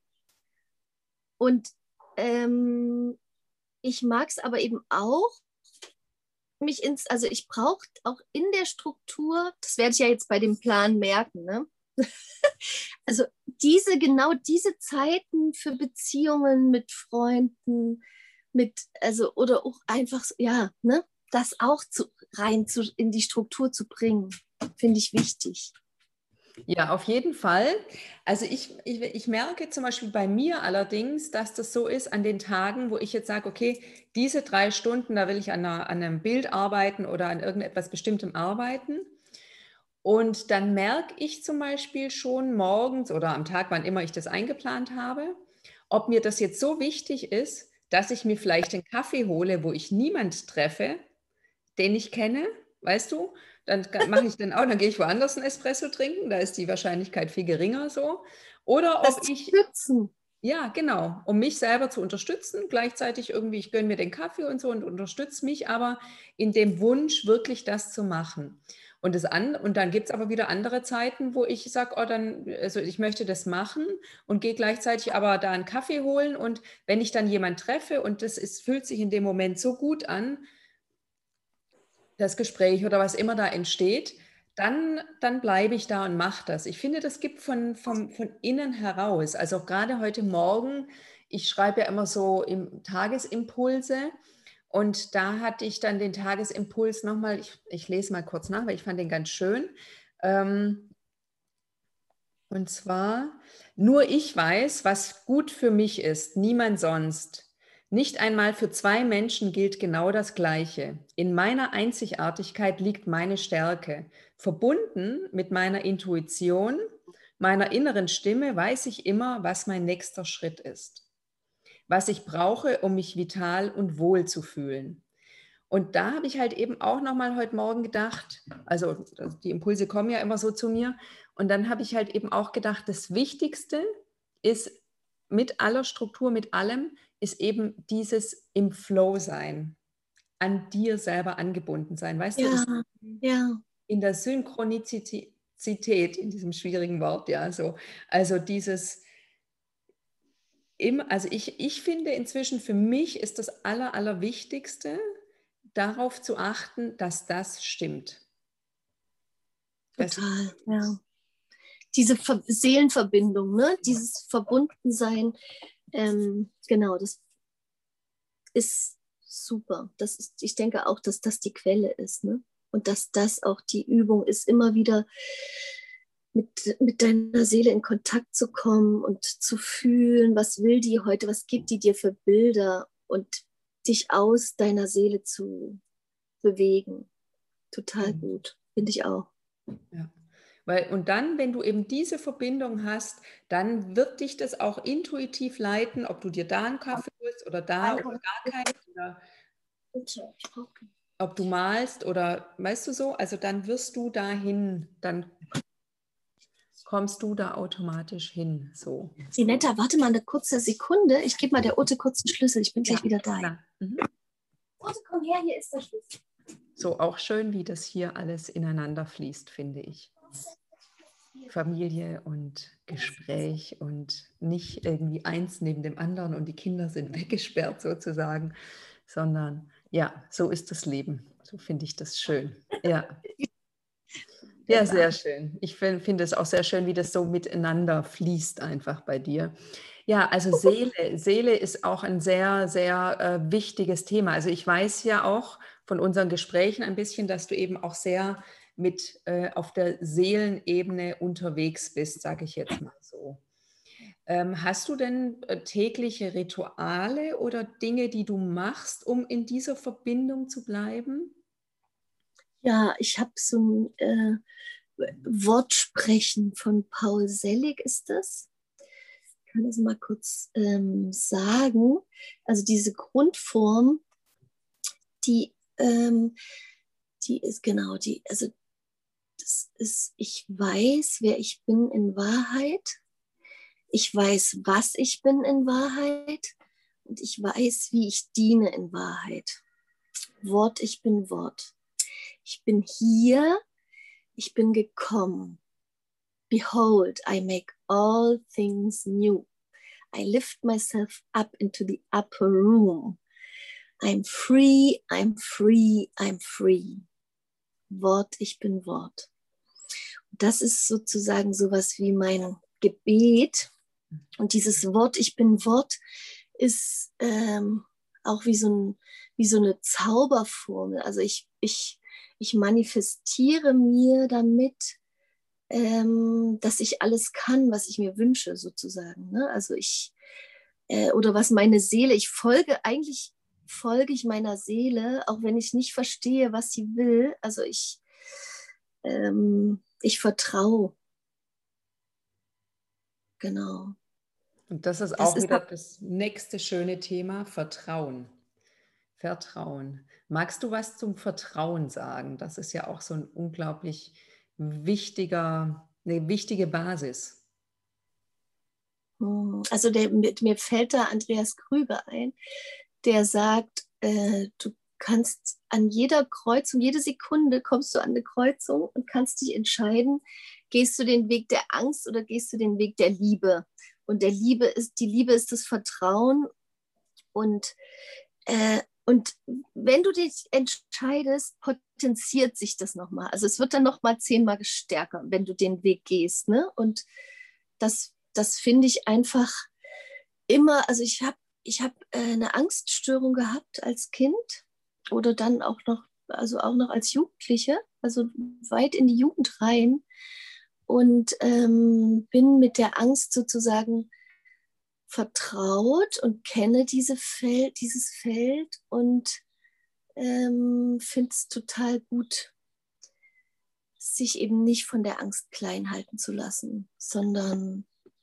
S2: Und ähm, ich mag es aber eben auch, mich ins, also ich brauche auch in der Struktur, das werde ich ja jetzt bei dem Plan merken, ne? Also diese, genau diese Zeiten für Beziehungen mit Freunden, mit, also, oder auch einfach, so, ja, ne, das auch zu, rein zu, in die Struktur zu bringen, finde ich wichtig.
S1: Ja, auf jeden Fall. Also ich, ich, ich merke zum Beispiel bei mir allerdings, dass das so ist an den Tagen, wo ich jetzt sage, okay, diese drei Stunden, da will ich an, einer, an einem Bild arbeiten oder an irgendetwas Bestimmtem arbeiten. Und dann merke ich zum Beispiel schon morgens oder am Tag, wann immer ich das eingeplant habe, ob mir das jetzt so wichtig ist, dass ich mir vielleicht einen Kaffee hole, wo ich niemand treffe, den ich kenne, weißt du? Dann mache ich dann auch, dann gehe ich woanders einen Espresso trinken, da ist die Wahrscheinlichkeit viel geringer so. Oder
S2: Das
S1: ob
S2: zu
S1: ich,
S2: schützen.
S1: ja, genau, um mich selber zu unterstützen, gleichzeitig irgendwie, ich gönne mir den Kaffee und so und unterstütze mich, aber in dem Wunsch, wirklich das zu machen. Und, das an, und dann gibt es aber wieder andere Zeiten, wo ich sage, oh, dann, also ich möchte das machen und gehe gleichzeitig aber da einen Kaffee holen. Und wenn ich dann jemanden treffe und das ist, fühlt sich in dem Moment so gut an, das Gespräch oder was immer da entsteht, dann, dann bleibe ich da und mache das. Ich finde, das gibt von, von, von innen heraus, also auch gerade heute Morgen, ich schreibe ja immer so im Tagesimpulse und da hatte ich dann den Tagesimpuls nochmal, ich, ich lese mal kurz nach, weil ich fand den ganz schön. Ähm, und zwar, nur ich weiß, was gut für mich ist, niemand sonst. Nicht einmal für zwei Menschen gilt genau das Gleiche. In meiner Einzigartigkeit liegt meine Stärke. Verbunden mit meiner Intuition, meiner inneren Stimme, weiß ich immer, was mein nächster Schritt ist. Was ich brauche, um mich vital und wohl zu fühlen. Und da habe ich halt eben auch nochmal heute Morgen gedacht, also die Impulse kommen ja immer so zu mir, und dann habe ich halt eben auch gedacht, das Wichtigste ist mit aller Struktur, mit allem, ist eben dieses im Flow sein, an dir selber angebunden sein. Weißt du,
S2: Ja,
S1: das
S2: ja,
S1: in der Synchronizität, in diesem schwierigen Wort, ja, so, also dieses im, also ich, ich finde inzwischen, für mich ist das Aller, Allerwichtigste, darauf zu achten, dass das stimmt. Dass ich,
S2: total, ja. Diese Ver Seelenverbindung, ne? Dieses Verbundensein, ähm, genau, das ist super. Das ist, ich denke auch, dass das die Quelle ist, ne? Und dass das auch die Übung ist, immer wieder mit, mit deiner Seele in Kontakt zu kommen und zu fühlen, was will die heute, was gibt die dir für Bilder. Und dich aus deiner Seele zu bewegen. Total
S1: Mhm.
S2: gut, finde ich auch.
S1: Ja. Weil, und dann, wenn du eben diese Verbindung hast, dann wird dich das auch intuitiv leiten, ob du dir da einen Kaffee holst oder da oder gar keinen, oder ob du malst oder weißt du so, also dann wirst du dahin, dann kommst du da automatisch hin. So.
S2: Sinetta, warte mal eine kurze Sekunde. Ich gebe mal der Ute kurz einen Schlüssel. Ich bin gleich
S1: Ja,
S2: wieder da.
S1: klar. Mhm.
S2: Ute, komm her, hier ist der Schlüssel.
S1: So auch schön, wie das hier alles ineinander fließt, finde ich. Familie und Gespräch und nicht irgendwie eins neben dem anderen und die Kinder sind weggesperrt sozusagen, sondern ja, so ist das Leben. So finde ich das schön. Ja. Ja, sehr schön. Ich finde find es auch sehr schön, wie das so miteinander fließt einfach bei dir. Ja, also Seele, Seele ist auch ein sehr, sehr äh, wichtiges Thema. Also ich weiß ja auch von unseren Gesprächen ein bisschen, dass du eben auch sehr mit äh, auf der Seelenebene unterwegs bist, sage ich jetzt mal so. Ähm, hast du denn äh, tägliche Rituale oder Dinge, die du machst, um in dieser Verbindung zu bleiben?
S2: Ja, ich habe so ein äh, Wortsprechen von Paul Selig ist das. Ich kann das mal kurz ähm, sagen. Also diese Grundform, die, ähm, die ist genau die, also das ist, ich weiß, wer ich bin in Wahrheit. Ich weiß, was ich bin in Wahrheit. Und ich weiß, wie ich diene in Wahrheit. Wort, ich bin Wort. Ich bin hier, ich bin gekommen. Behold, I make all things new. I lift myself up into the upper room. I'm free, I'm free, I'm free. Wort, ich bin Wort. Das ist sozusagen sowas wie mein Gebet. Und dieses Wort, ich bin Wort, ist ähm, auch wie so, ein, wie so eine Zauberformel. Also ich, ich, ich manifestiere mir damit, ähm, dass ich alles kann, was ich mir wünsche, sozusagen. Ne? Also ich, äh, oder was meine Seele, ich folge, eigentlich folge ich meiner Seele, auch wenn ich nicht verstehe, was sie will. Also ich, ähm, ich vertraue. Genau.
S1: Und das ist
S2: Das
S1: auch
S2: ist
S1: wieder das nächste schöne Thema, Vertrauen. Vertrauen. Magst du was zum Vertrauen sagen? Das ist ja auch so ein unglaublich wichtiger, eine wichtige Basis.
S2: Also der, mir fällt da Andreas Krüger ein, der sagt, äh, du kannst an jeder Kreuzung, jede Sekunde kommst du an eine Kreuzung und kannst dich entscheiden, gehst du den Weg der Angst oder gehst du den Weg der Liebe? Und der Liebe ist, die Liebe ist das Vertrauen und äh, und wenn du dich entscheidest, potenziert sich das nochmal. Also es wird dann nochmal zehnmal stärker, wenn du den Weg gehst. Ne? Und das, das finde ich einfach immer, also ich habe ich hab, äh, eine Angststörung gehabt als Kind oder dann auch noch, also auch noch als Jugendliche, also weit in die Jugend rein und ähm, bin mit der Angst sozusagen vertraut und kenne diese Feld, dieses Feld und ähm, finde es total gut, sich eben nicht von der Angst klein halten zu lassen, sondern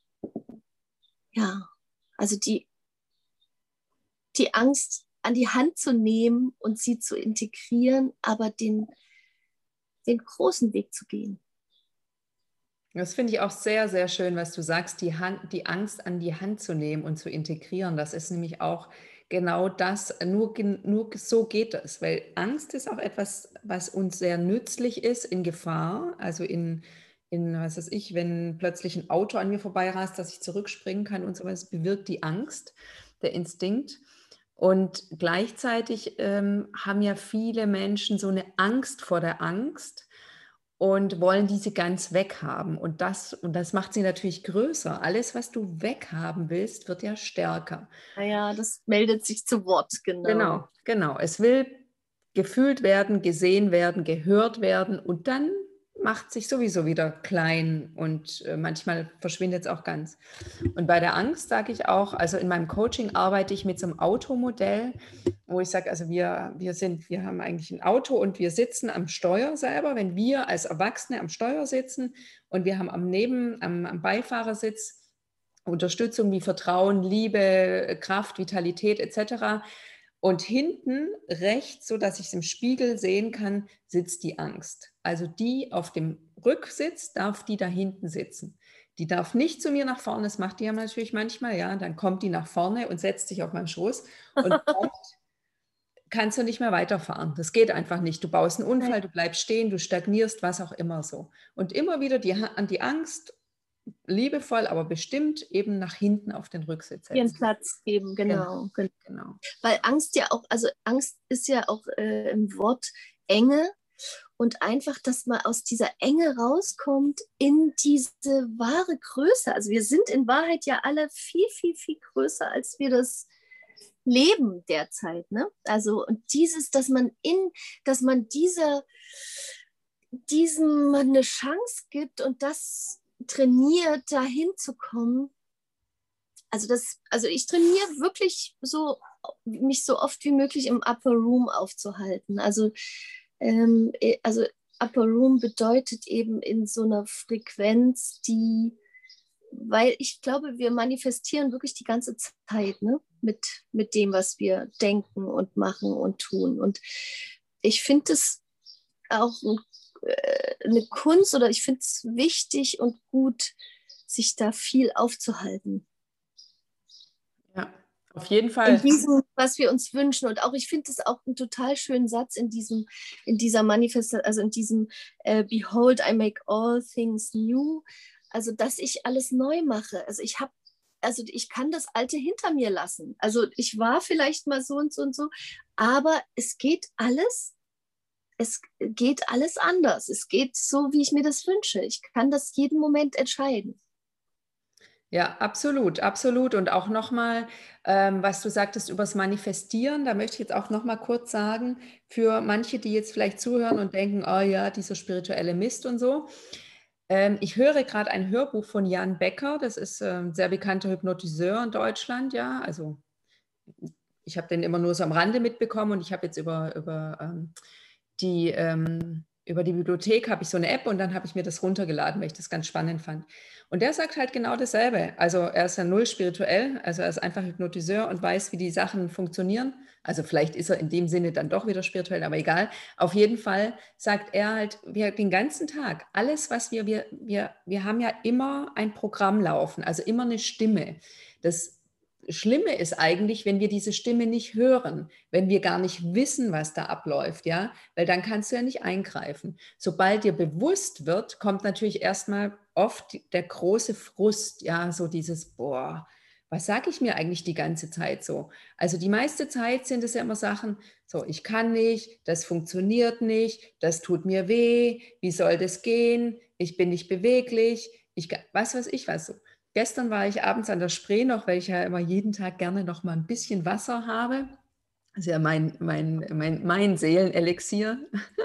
S2: ja, also die, die Angst an die Hand zu nehmen und sie zu integrieren, aber den, den großen Weg zu gehen.
S1: Das finde ich auch sehr, sehr schön, was du sagst, die, Hand, die Angst an die Hand zu nehmen und zu integrieren. Das ist nämlich auch genau das, nur, nur so geht es, weil Angst ist auch etwas, was uns sehr nützlich ist in Gefahr, also in, in was weiß ich, wenn plötzlich ein Auto an mir vorbeirast, dass ich zurückspringen kann und so was, bewirkt die Angst, der Instinkt. Und gleichzeitig ähm, haben ja viele Menschen so eine Angst vor der Angst und wollen diese ganz weghaben. Und das, und das macht sie natürlich größer. Alles, was du weghaben willst, wird ja stärker.
S2: Naja, das meldet sich zu Wort, genau.
S1: Genau, genau. Es will gefühlt werden, gesehen werden, gehört werden und dann macht sich sowieso wieder klein und äh, manchmal verschwindet es auch ganz. Und bei der Angst sage ich auch, also in meinem Coaching arbeite ich mit so einem Automodell, wo ich sage, also wir, wir sind, wir haben eigentlich ein Auto und wir sitzen am Steuer selber. Wenn wir als Erwachsene am Steuer sitzen und wir haben am Neben, am, am Beifahrersitz Unterstützung wie Vertrauen, Liebe, Kraft, Vitalität et cetera. Und hinten rechts, so dass ich es im Spiegel sehen kann, sitzt die Angst. Also die auf dem Rücksitz darf die da hinten sitzen. Die darf nicht zu mir nach vorne, das macht die ja natürlich manchmal, ja, dann kommt die nach vorne und setzt sich auf meinen Schoß und dann kannst du nicht mehr weiterfahren. Das geht einfach nicht. Du baust einen Unfall, du bleibst stehen, du stagnierst, was auch immer so. Und immer wieder die, an die Angst, liebevoll, aber bestimmt eben nach hinten auf den Rücksitz setzen.
S2: Ihren Platz geben, genau.
S1: Genau, genau.
S2: Weil Angst ja auch, also Angst ist ja auch äh, im Wort Enge und einfach, dass man aus dieser Enge rauskommt in diese wahre Größe. Also wir sind in Wahrheit ja alle viel, viel, viel größer, als wir das leben derzeit. Ne? Also und dieses, dass man in, dass man dieser, diesem eine Chance gibt und das trainiert, dahin zu kommen. Also das, also ich trainiere wirklich so, mich so oft wie möglich im Upper Room aufzuhalten. Also, ähm, also Upper Room bedeutet eben in so einer Frequenz, die, weil ich glaube, wir manifestieren wirklich die ganze Zeit, ne? mit, mit dem, was wir denken und machen und tun. Und ich finde es auch ein eine Kunst oder ich finde es wichtig und gut, sich da viel aufzuhalten.
S1: Ja, auf jeden Fall.
S2: In diesem, was wir uns wünschen. Und auch, ich finde es auch einen total schönen Satz in diesem, in dieser Manifestation, also in diesem äh, Behold, I make all things new. Also, dass ich alles neu mache. Also ich habe, also ich kann das Alte hinter mir lassen. Also ich war vielleicht mal so und so und so, aber es geht alles. Es geht alles anders. Es geht so, wie ich mir das wünsche. Ich kann das jeden Moment entscheiden.
S1: Ja, absolut, absolut. Und auch nochmal, ähm, was du sagtest übers Manifestieren, da möchte ich jetzt auch nochmal kurz sagen, für manche, die jetzt vielleicht zuhören und denken, oh ja, dieser spirituelle Mist und so. Ähm, ich höre gerade ein Hörbuch von Jan Becker, das ist äh, ein sehr bekannter Hypnotiseur in Deutschland, ja, also ich habe den immer nur so am Rande mitbekommen und ich habe jetzt über, über ähm, die ähm, über die Bibliothek habe ich so eine App und dann habe ich mir das runtergeladen, weil ich das ganz spannend fand. Und der sagt halt genau dasselbe. Also er ist ja null spirituell, also er ist einfach Hypnotiseur und weiß, wie die Sachen funktionieren. Also vielleicht ist er in dem Sinne dann doch wieder spirituell, aber egal. Auf jeden Fall sagt er halt, wir den ganzen Tag, alles, was wir, wir, wir, wir haben ja immer ein Programm laufen, also immer eine Stimme. Das Schlimme ist eigentlich, wenn wir diese Stimme nicht hören, wenn wir gar nicht wissen, was da abläuft, ja, weil dann kannst du ja nicht eingreifen. Sobald dir bewusst wird, kommt natürlich erstmal oft der große Frust, ja, so dieses, boah, was sage ich mir eigentlich die ganze Zeit so? Also die meiste Zeit sind es ja immer Sachen, so, ich kann nicht, das funktioniert nicht, das tut mir weh, wie soll das gehen? Ich bin nicht beweglich, ich weiß was ich was so. Gestern war ich abends an der Spree noch, weil ich ja immer jeden Tag gerne noch mal ein bisschen Wasser habe. Das ist ja mein, mein, mein, mein Seelenelixier.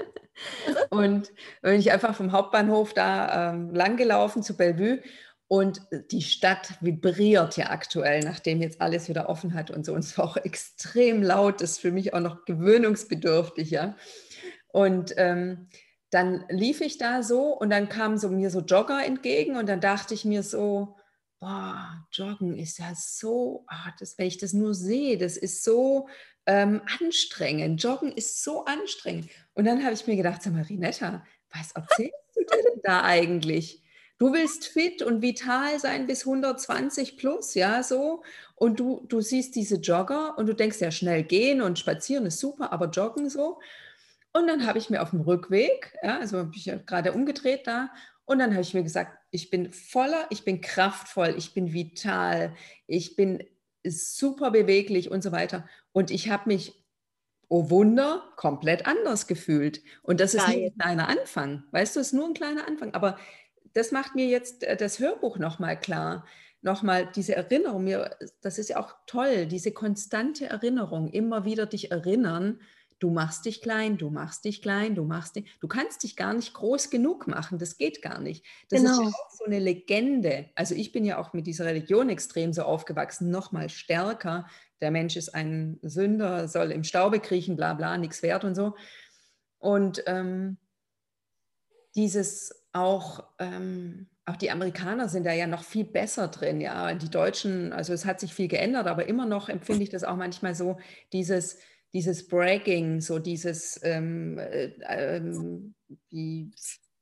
S1: Und bin ich einfach vom Hauptbahnhof da ähm, langgelaufen zu Bellevue. Und die Stadt vibriert ja aktuell, nachdem jetzt alles wieder offen hat und so. Und es war auch extrem laut, das ist für mich auch noch gewöhnungsbedürftig, ja. Und ähm, dann lief ich da so und dann kamen so mir so Jogger entgegen und dann dachte ich mir so, boah, Joggen ist ja so, ah, das, wenn ich das nur sehe, das ist so ähm, anstrengend. Joggen ist so anstrengend. Und dann habe ich mir gedacht, sag mal, Rinetta, was erzählst du dir denn da eigentlich? Du willst fit und vital sein bis hundertzwanzig plus, ja, so. Und du, du siehst diese Jogger und du denkst ja, schnell gehen und spazieren ist super, aber joggen so. Und dann habe ich mir auf dem Rückweg, ja, also habe ich ja gerade umgedreht da, und dann habe ich mir gesagt, ich bin voller, ich bin kraftvoll, ich bin vital, ich bin super beweglich und so weiter. Und ich habe mich, oh Wunder, komplett anders gefühlt. Und das ist nur ein kleiner Anfang, weißt du, es ist nur ein kleiner Anfang. Aber das macht mir jetzt das Hörbuch nochmal klar. Nochmal diese Erinnerung, mir, das ist ja auch toll, diese konstante Erinnerung, immer wieder dich erinnern, du machst dich klein, du machst dich klein, du machst dich, du kannst dich gar nicht groß genug machen, das geht gar nicht. Das ist ja
S2: Genau.
S1: auch so eine Legende. Also ich bin ja auch mit dieser Religion extrem so aufgewachsen, noch mal stärker. Der Mensch ist ein Sünder, soll im Staube kriechen, bla bla, nichts wert und so. Und ähm, dieses auch, ähm, auch die Amerikaner sind da ja noch viel besser drin, ja, die Deutschen, also es hat sich viel geändert, aber immer noch empfinde ich das auch manchmal so, dieses, dieses Bragging, so dieses, ähm, äh, ähm, wie,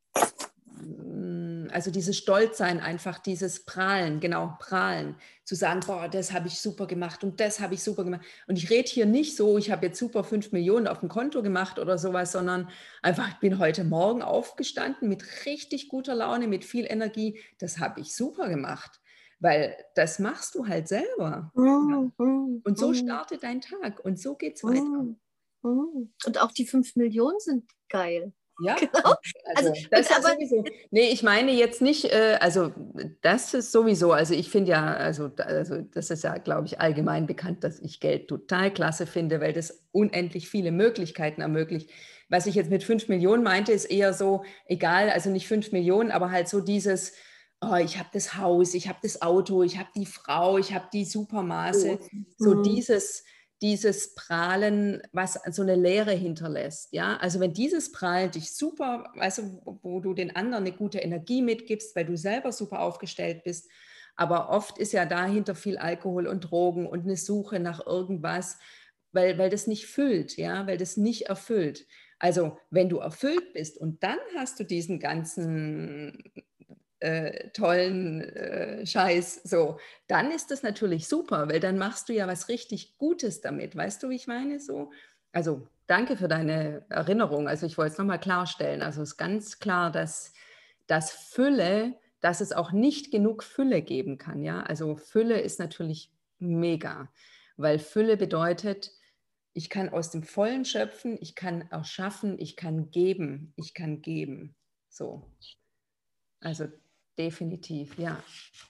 S1: also dieses Stolzsein einfach, dieses Prahlen, genau, Prahlen, zu sagen, boah, das habe ich super gemacht und das habe ich super gemacht. Und ich rede hier nicht so, ich habe jetzt super fünf Millionen auf dem Konto gemacht oder sowas, sondern einfach, ich bin heute Morgen aufgestanden mit richtig guter Laune, mit viel Energie. Das habe ich super gemacht, weil das machst du halt selber. Ja.
S2: Mm, mm,
S1: Und so
S2: mm,
S1: startet dein Tag und so geht es weiter.
S2: mm, mm. Und auch die fünf Millionen sind geil.
S1: Ja,
S2: Genau. Also,
S1: also das
S2: und,
S1: ja
S2: aber
S1: sowieso. Nee, ich meine jetzt nicht, äh, also das ist sowieso, also ich finde ja, also, also das ist ja, glaube ich, allgemein bekannt, dass ich Geld total klasse finde, weil das unendlich viele Möglichkeiten ermöglicht. Was ich jetzt mit fünf Millionen meinte, ist eher so, egal, also nicht fünf Millionen, aber halt so dieses, oh, ich habe das Haus, ich habe das Auto, ich habe die Frau, ich habe die Supermaße, so
S2: mm,
S1: dieses dieses Prahlen, was so eine Leere hinterlässt. Ja? Also wenn dieses Prahlen dich super, weißt du, wo, wo du den anderen eine gute Energie mitgibst, weil du selber super aufgestellt bist, aber oft ist ja dahinter viel Alkohol und Drogen und eine Suche nach irgendwas, weil, weil das nicht füllt, ja, weil das nicht erfüllt. Also wenn du erfüllt bist und dann hast du diesen ganzen äh, tollen äh, Scheiß, so, dann ist das natürlich super, weil dann machst du ja was richtig Gutes damit. Weißt du, wie ich meine? So, also danke für deine Erinnerung. Also ich wollte es nochmal klarstellen. Also es ist ganz klar, dass, dass Fülle, dass es auch nicht genug Fülle geben kann. Ja, also Fülle ist natürlich mega, weil Fülle bedeutet, ich kann aus dem Vollen schöpfen, ich kann erschaffen, ich kann geben, ich kann geben. So, also definitiv, ja.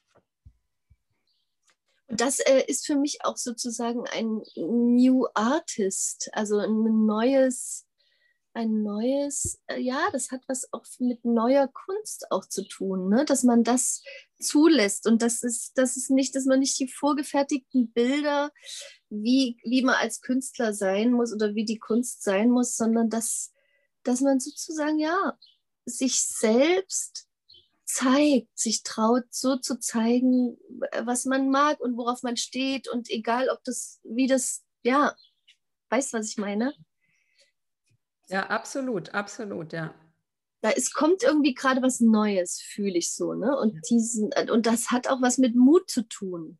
S2: Und das äh, ist für mich auch sozusagen ein New Artist, also ein neues, ein neues, äh, ja, das hat was auch mit neuer Kunst auch zu tun, ne? Dass man das zulässt und das ist, das ist nicht, dass man nicht die vorgefertigten Bilder, wie, wie man als Künstler sein muss oder wie die Kunst sein muss, sondern dass, dass man sozusagen, ja, sich selbst zeigt, sich traut, so zu zeigen, was man mag und worauf man steht und egal, ob das, wie das, ja, weißt, was ich meine?
S1: Ja, absolut, absolut, ja.
S2: Da ist, kommt irgendwie gerade was Neues, fühle ich so, ne? Und diesen, und das hat auch was mit Mut zu tun.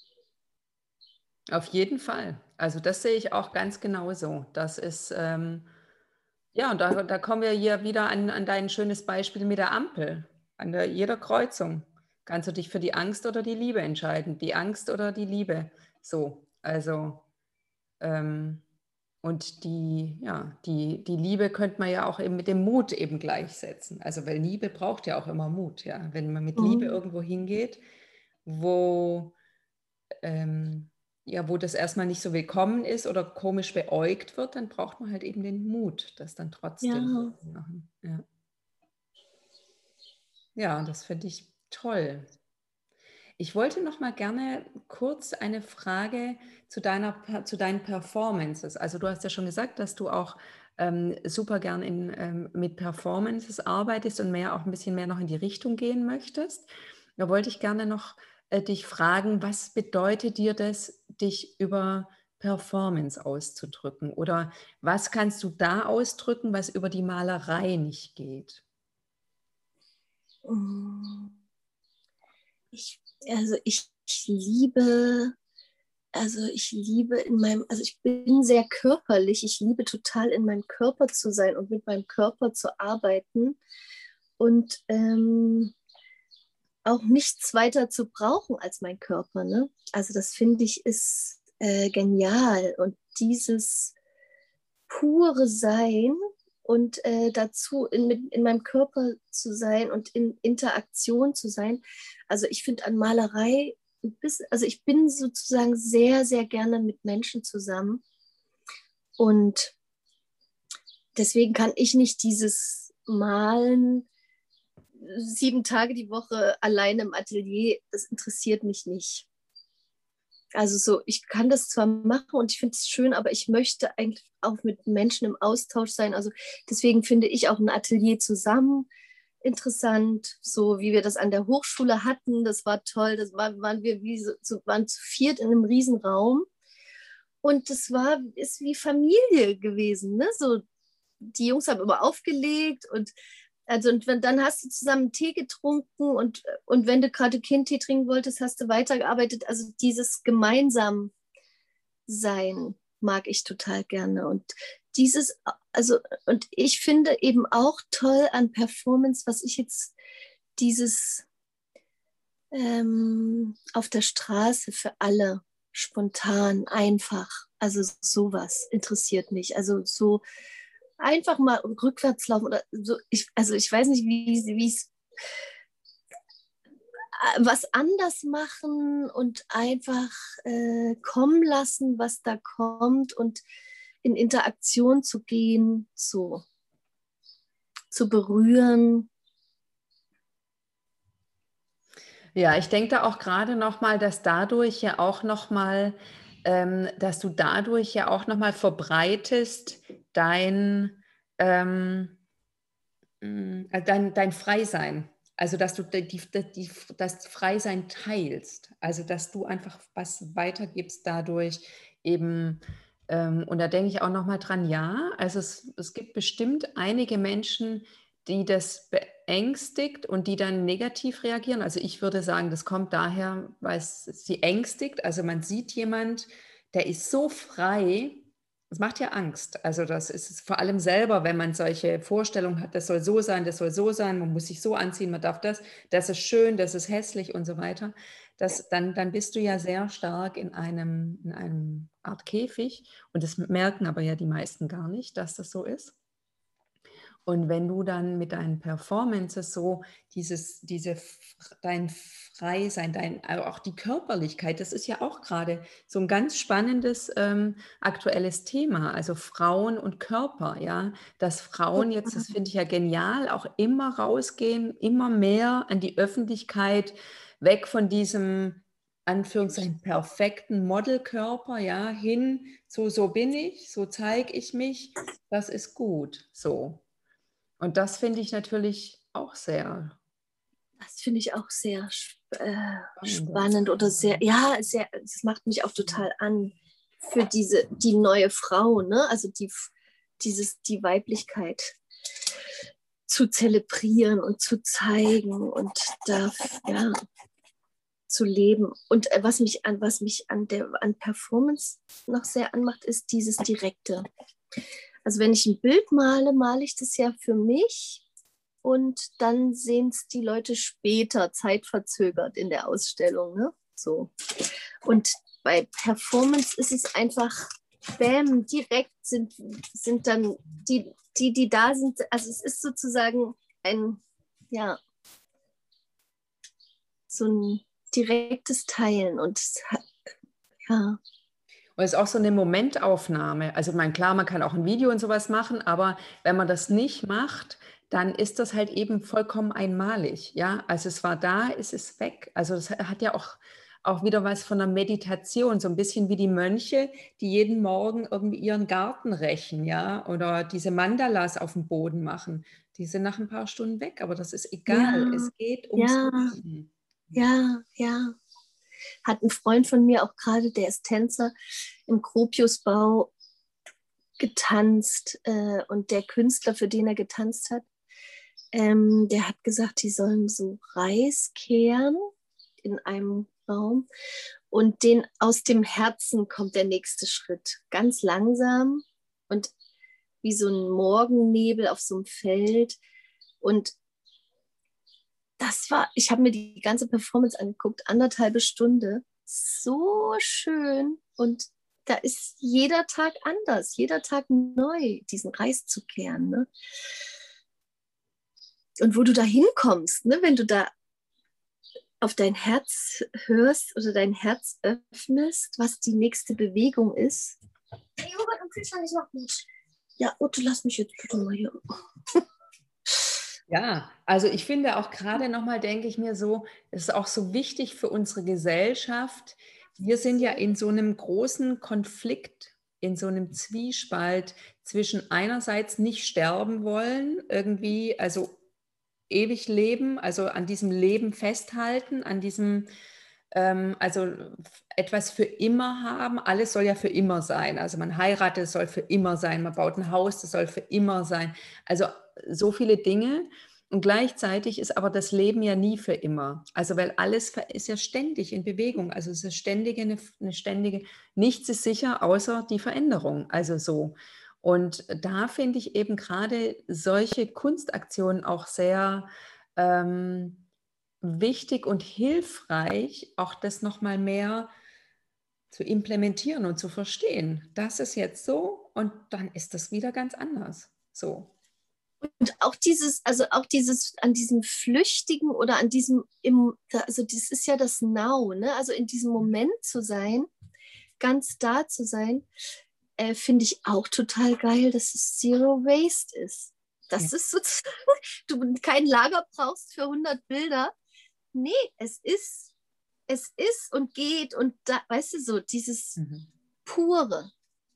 S1: Auf jeden Fall. Also das sehe ich auch ganz genau so. Das ist, ähm, ja, und da, da kommen wir hier wieder an, an dein schönes Beispiel mit der Ampel. An der, jeder Kreuzung kannst du dich für die Angst oder die Liebe entscheiden. Die Angst oder die Liebe. So, also ähm, und die, ja, die, die Liebe könnte man ja auch eben mit dem Mut eben gleichsetzen. Also weil Liebe braucht ja auch immer Mut, ja. Wenn man mit Liebe
S2: Mhm.
S1: irgendwo hingeht, wo ähm, ja, wo das erstmal nicht so willkommen ist oder komisch beäugt wird, dann braucht man halt eben den Mut, das dann
S2: Ja.
S1: trotzdem zu machen. Ja, ja, das finde ich toll. Ich wollte noch mal gerne kurz eine Frage zu deiner, zu deinen Performances. Also du hast ja schon gesagt, dass du auch ähm, super gern in, ähm, mit Performances arbeitest und mehr auch ein bisschen mehr noch in die Richtung gehen möchtest. Da wollte ich gerne noch äh, dich fragen, was bedeutet dir das, dich über Performance auszudrücken? Oder was kannst du da ausdrücken, was über die Malerei nicht geht?
S2: Ich, also ich, ich liebe, also ich liebe in meinem, also ich bin sehr körperlich, ich liebe total in meinem Körper zu sein und mit meinem Körper zu arbeiten und ähm, auch nichts weiter zu brauchen als mein Körper. Ne? Also das finde ich ist äh, genial und dieses pure Sein und äh, dazu in, in meinem Körper zu sein und in Interaktion zu sein. Also ich finde an Malerei, also ich bin sozusagen sehr, sehr gerne mit Menschen zusammen und deswegen kann ich nicht dieses Malen sieben Tage die Woche alleine im Atelier, das interessiert mich nicht. Also so, ich kann das zwar machen und ich finde es schön, aber ich möchte eigentlich auch mit Menschen im Austausch sein. Also deswegen finde ich auch ein Atelier zusammen interessant, so wie wir das an der Hochschule hatten. Das war toll. Das war, waren wir wie so, so, waren zu viert in einem Riesenraum. Und das war, ist wie Familie gewesen. Ne? So, die Jungs haben immer aufgelegt und also und wenn, dann hast du zusammen Tee getrunken und, und wenn du gerade Kindtee trinken wolltest, hast du weitergearbeitet. Also dieses gemeinsam Sein mag ich total gerne. Und dieses, also, und ich finde eben auch toll an Performance, was ich jetzt dieses ähm, auf der Straße für alle spontan, einfach, also sowas interessiert mich. Also so einfach mal rückwärts laufen oder so. Ich, also ich weiß nicht, wie es was anders machen und einfach äh, kommen lassen, was da kommt und in Interaktion zu gehen, so zu berühren.
S1: Ja, ich denke da auch gerade nochmal, dass dadurch ja auch nochmal, ähm, dass du dadurch ja auch nochmal verbreitest dein, ähm, dein, dein Freisein. Also, dass du die, die, das Freisein teilst. Also, dass du einfach was weitergibst dadurch eben. Ähm, und da denke ich auch nochmal dran, ja, also es, es gibt bestimmt einige Menschen, die das beängstigt und die dann negativ reagieren. Also ich würde sagen, das kommt daher, weil es sie ängstigt. Also man sieht jemand, der ist so frei, das macht ja Angst. Also das ist es vor allem selber, wenn man solche Vorstellungen hat, das soll so sein, das soll so sein, man muss sich so anziehen, man darf das, das ist schön, das ist hässlich und so weiter. Das, dann, dann bist du ja sehr stark in einem, in einem Art Käfig und das merken aber ja die meisten gar nicht, dass das so ist. Und wenn du dann mit deinen Performances so dieses, diese, dein Freisein, dein, also auch die Körperlichkeit, das ist ja auch gerade so ein ganz spannendes ähm, aktuelles Thema, also Frauen und Körper, ja, dass Frauen jetzt, das finde ich ja genial, auch immer rausgehen, immer mehr an die Öffentlichkeit, weg von diesem Anführungszeichen perfekten Modelkörper, ja, hin zu so bin ich, so zeige ich mich, das ist gut, so. Und das finde ich natürlich auch sehr
S2: Das finde ich auch sehr äh,
S1: spannend.
S2: spannend oder sehr, ja, sehr, es macht mich auch total an für diese, die neue Frau, ne? Also die, dieses, die Weiblichkeit zu zelebrieren und zu zeigen und da, ja, zu leben. Und äh, was mich an, was mich an der an Performance noch sehr anmacht, ist dieses Direkte. Also wenn ich ein Bild male, male ich das ja für mich und dann sehen es die Leute später, zeitverzögert in der Ausstellung. Ne? So. Und bei Performance ist es einfach, bam, direkt sind, sind dann die, die, die da sind, also es ist sozusagen ein, ja, so ein direktes Teilen und ja.
S1: Und es ist auch so eine Momentaufnahme. Also man, klar, man kann auch ein Video und sowas machen, aber wenn man das nicht macht, dann ist das halt eben vollkommen einmalig. Ja, also es war da, es ist weg. Also das hat ja auch, auch wieder was von einer Meditation, so ein bisschen wie die Mönche, die jeden Morgen irgendwie ihren Garten rächen, ja, oder diese Mandalas auf dem Boden machen. Die sind nach ein paar Stunden weg, aber das ist egal.
S2: Ja,
S1: Es geht ums
S2: ja,
S1: Leben.
S2: ja, ja. Hat ein Freund von mir auch gerade, der ist Tänzer im Gropiusbau getanzt äh, und der Künstler, für den er getanzt hat, ähm, der hat gesagt, die sollen so Reis kehren in einem Raum und den aus dem Herzen kommt der nächste Schritt. Ganz langsam und wie so ein Morgennebel auf so einem Feld. Und das war, ich habe mir die ganze Performance angeguckt, anderthalbe Stunde. So schön. Und da ist jeder Tag anders, jeder Tag neu, diesen Reis zu kehren. Ne? Und wo du da hinkommst, ne? Wenn du da auf dein Herz hörst oder dein Herz öffnest, was die nächste Bewegung ist. Hey, Robert, am Kühlschrank ist noch gut. Ja, Ute, lass mich jetzt bitte mal hier.
S1: Ja, also ich finde auch gerade nochmal, denke ich mir so, es ist auch so wichtig für unsere Gesellschaft. Wir sind ja in so einem großen Konflikt, in so einem Zwiespalt zwischen einerseits nicht sterben wollen, irgendwie, also ewig leben, also an diesem Leben festhalten, an diesem, ähm, also etwas für immer haben. Alles soll ja für immer sein. Also man heiratet, es soll für immer sein. Man baut ein Haus, das soll für immer sein. Also so viele Dinge. Und gleichzeitig ist aber das Leben ja nie für immer. Also weil alles ist ja ständig in Bewegung. Also es ist ständige, eine, eine ständige, nichts ist sicher außer die Veränderung. Also so. Und da finde ich eben gerade solche Kunstaktionen auch sehr ähm, wichtig und hilfreich, auch das nochmal mehr zu implementieren und zu verstehen. Das ist jetzt so und dann ist das wieder ganz anders. So.
S2: Und auch dieses, also auch dieses an diesem Flüchtigen oder an diesem, im, also das ist ja das Now, ne? Also in diesem Moment zu sein, ganz da zu sein, äh, finde ich auch total geil, dass es Zero Waste ist. Das
S1: Ja.
S2: ist sozusagen, du kein Lager brauchst für hundert Bilder. Nee, es ist, es ist und geht und da, weißt du, so dieses
S1: Mhm.
S2: Pure.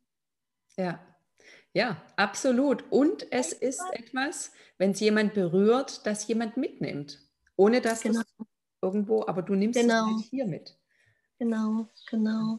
S1: Ja. Ja, absolut. Und es ist etwas, wenn es jemand berührt, das jemand mitnimmt. Ohne dass
S2: Genau,
S1: das irgendwo, aber du nimmst es halt
S2: genau,
S1: hier mit.
S2: genau, genau.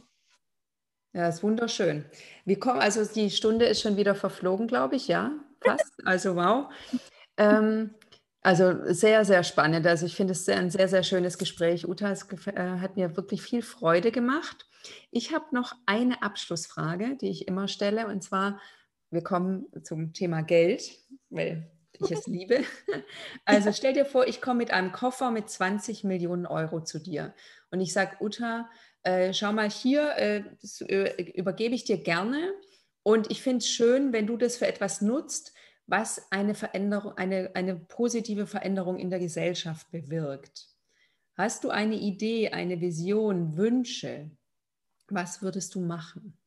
S1: Ja, ist wunderschön. Wir kommen, also die Stunde ist schon wieder verflogen, glaube ich, ja, fast. Also wow. Ähm, also sehr, sehr spannend. Also ich finde es sehr, ein sehr, sehr schönes Gespräch. Uta, es gef- äh, hat mir wirklich viel Freude gemacht. Ich habe noch eine Abschlussfrage, die ich immer stelle, und zwar, wir kommen zum Thema Geld, weil ich es liebe. Also stell dir vor, ich komme mit einem Koffer mit zwanzig Millionen Euro zu dir und ich sage, Uta, äh, schau mal hier, äh, das äh, übergebe ich dir gerne und ich finde es schön, wenn du das für etwas nutzt, was eine Veränderung, eine, eine positive Veränderung in der Gesellschaft bewirkt. Hast du eine Idee, eine Vision, Wünsche? Was würdest du machen?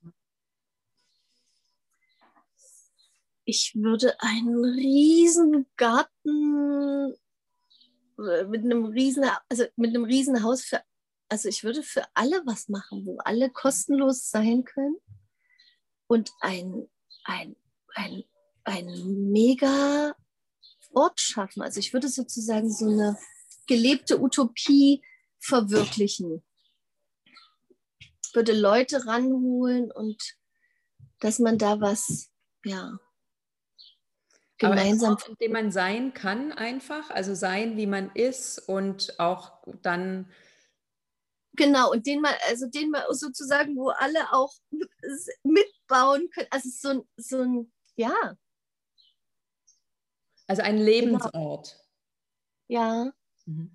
S2: Ich würde einen riesen Garten äh, mit einem riesen, also mit einem riesen Haus für, also ich würde für alle was machen, wo alle kostenlos sein können und ein, ein, ein, ein mega Ort schaffen. Also ich würde sozusagen so eine gelebte Utopie verwirklichen. Ich würde Leute ranholen und dass man da was, ja,
S1: Aber ein
S2: gemeinsam.
S1: Ort, in dem man sein kann, einfach, also sein, wie man ist und auch dann.
S2: Genau, und den mal, also den mal sozusagen, wo alle auch mitbauen können. Also so ein, so ein, ja,
S1: Also ein
S2: genau,
S1: Lebensort.
S2: ja.
S1: Mhm.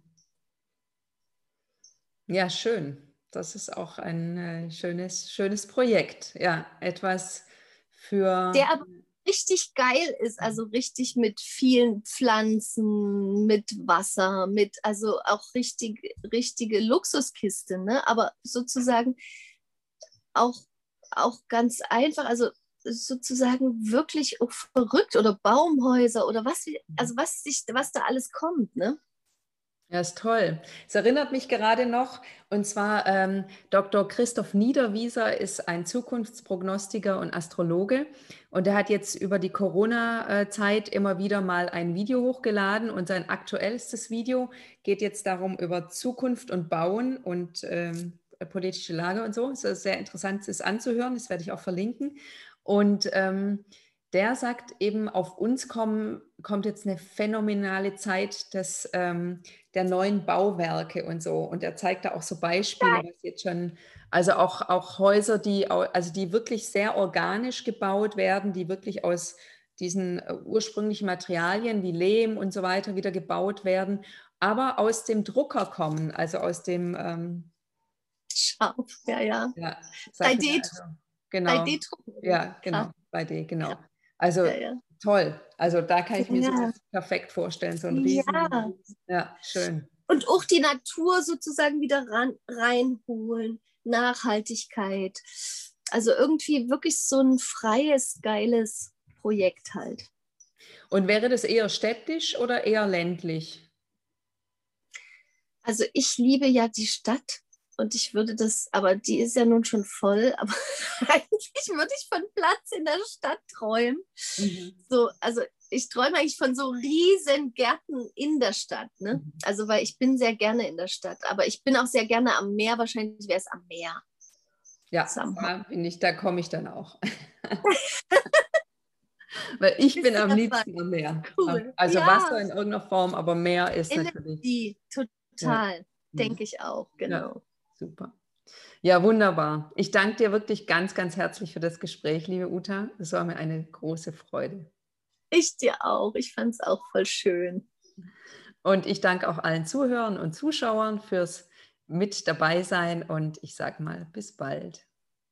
S1: Ja, schön. Das ist auch ein äh, schönes, schönes Projekt. Ja, etwas für.
S2: Der aber richtig geil ist, also richtig mit vielen Pflanzen, mit Wasser, mit, also auch richtig, richtige Luxuskiste, ne? Aber sozusagen auch, auch ganz einfach, also sozusagen wirklich auch verrückt oder Baumhäuser oder was, also was sich, was da alles kommt, ne?
S1: Ja, ist toll. Es erinnert mich gerade noch, und zwar ähm, Doktor Christoph Niederwieser ist ein Zukunftsprognostiker und Astrologe und er hat jetzt über die Corona-Zeit immer wieder mal ein Video hochgeladen und sein aktuellstes Video geht jetzt darum über Zukunft und Bauen und ähm, politische Lage und so. Es ist sehr interessant, es anzuhören, das werde ich auch verlinken. Und ähm, der sagt eben, auf uns kommen, kommt jetzt eine phänomenale Zeit des ähm, der neuen Bauwerke und so. Und er zeigt da auch so Beispiele, was jetzt schon, also auch, auch Häuser, die, also die wirklich sehr organisch gebaut werden, die wirklich aus diesen ursprünglichen Materialien wie Lehm und so weiter wieder gebaut werden, aber aus dem Drucker kommen, also aus dem, ähm,
S2: Scharf, ja, ja.
S1: ja, sagt mir,
S2: drei D,
S1: also, genau,
S2: drei D-Drucken.
S1: ja,
S2: Krass.
S1: genau, zwei D,
S2: Krass.
S1: genau. Also
S2: Ja, ja.
S1: toll. Also da kann ich mir
S2: Ja.
S1: sowas perfekt vorstellen, so ein
S2: Ja.
S1: riesen, ja, schön.
S2: Und auch die Natur sozusagen wieder ran, reinholen. Nachhaltigkeit. Also irgendwie wirklich so ein freies, geiles Projekt halt.
S1: Und wäre das eher städtisch oder eher ländlich?
S2: Also ich liebe ja die Stadt und ich würde das, aber die ist ja nun schon voll, aber eigentlich würde ich von Platz in der Stadt träumen.
S1: Mhm.
S2: So, also ich träume eigentlich von so riesen Gärten in der Stadt, ne?
S1: Mhm.
S2: Also weil ich bin sehr gerne in der Stadt, aber ich bin auch sehr gerne am Meer, wahrscheinlich wäre es am Meer.
S1: Ja,
S2: Somehow.
S1: da bin ich, da komme ich dann auch. Weil ich bin
S2: Bist du
S1: am
S2: dabei?
S1: liebsten am Meer.
S2: Cool.
S1: Also
S2: Ja,
S1: Wasser in irgendeiner Form, aber Meer ist natürlich.
S2: Energie,
S1: Ja,
S2: total,
S1: ja,
S2: denke ich auch,
S1: ja,
S2: genau.
S1: super. Ja, wunderbar. Ich danke dir wirklich ganz, ganz herzlich für das Gespräch, liebe Uta. Es war mir eine große Freude.
S2: Ich dir auch. Ich fand es auch voll schön.
S1: Und ich danke auch allen Zuhörern und Zuschauern fürs Mit dabei sein und ich sage mal, bis bald.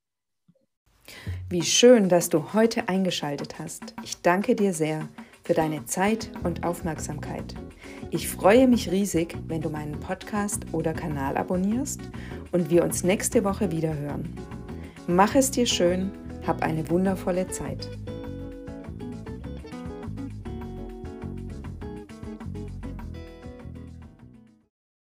S1: Wie schön, dass du heute eingeschaltet hast. Ich danke dir sehr für deine Zeit und Aufmerksamkeit. Ich freue mich riesig, wenn du meinen Podcast oder Kanal abonnierst und wir uns nächste Woche wieder hören. Mach es dir schön, hab eine wundervolle Zeit.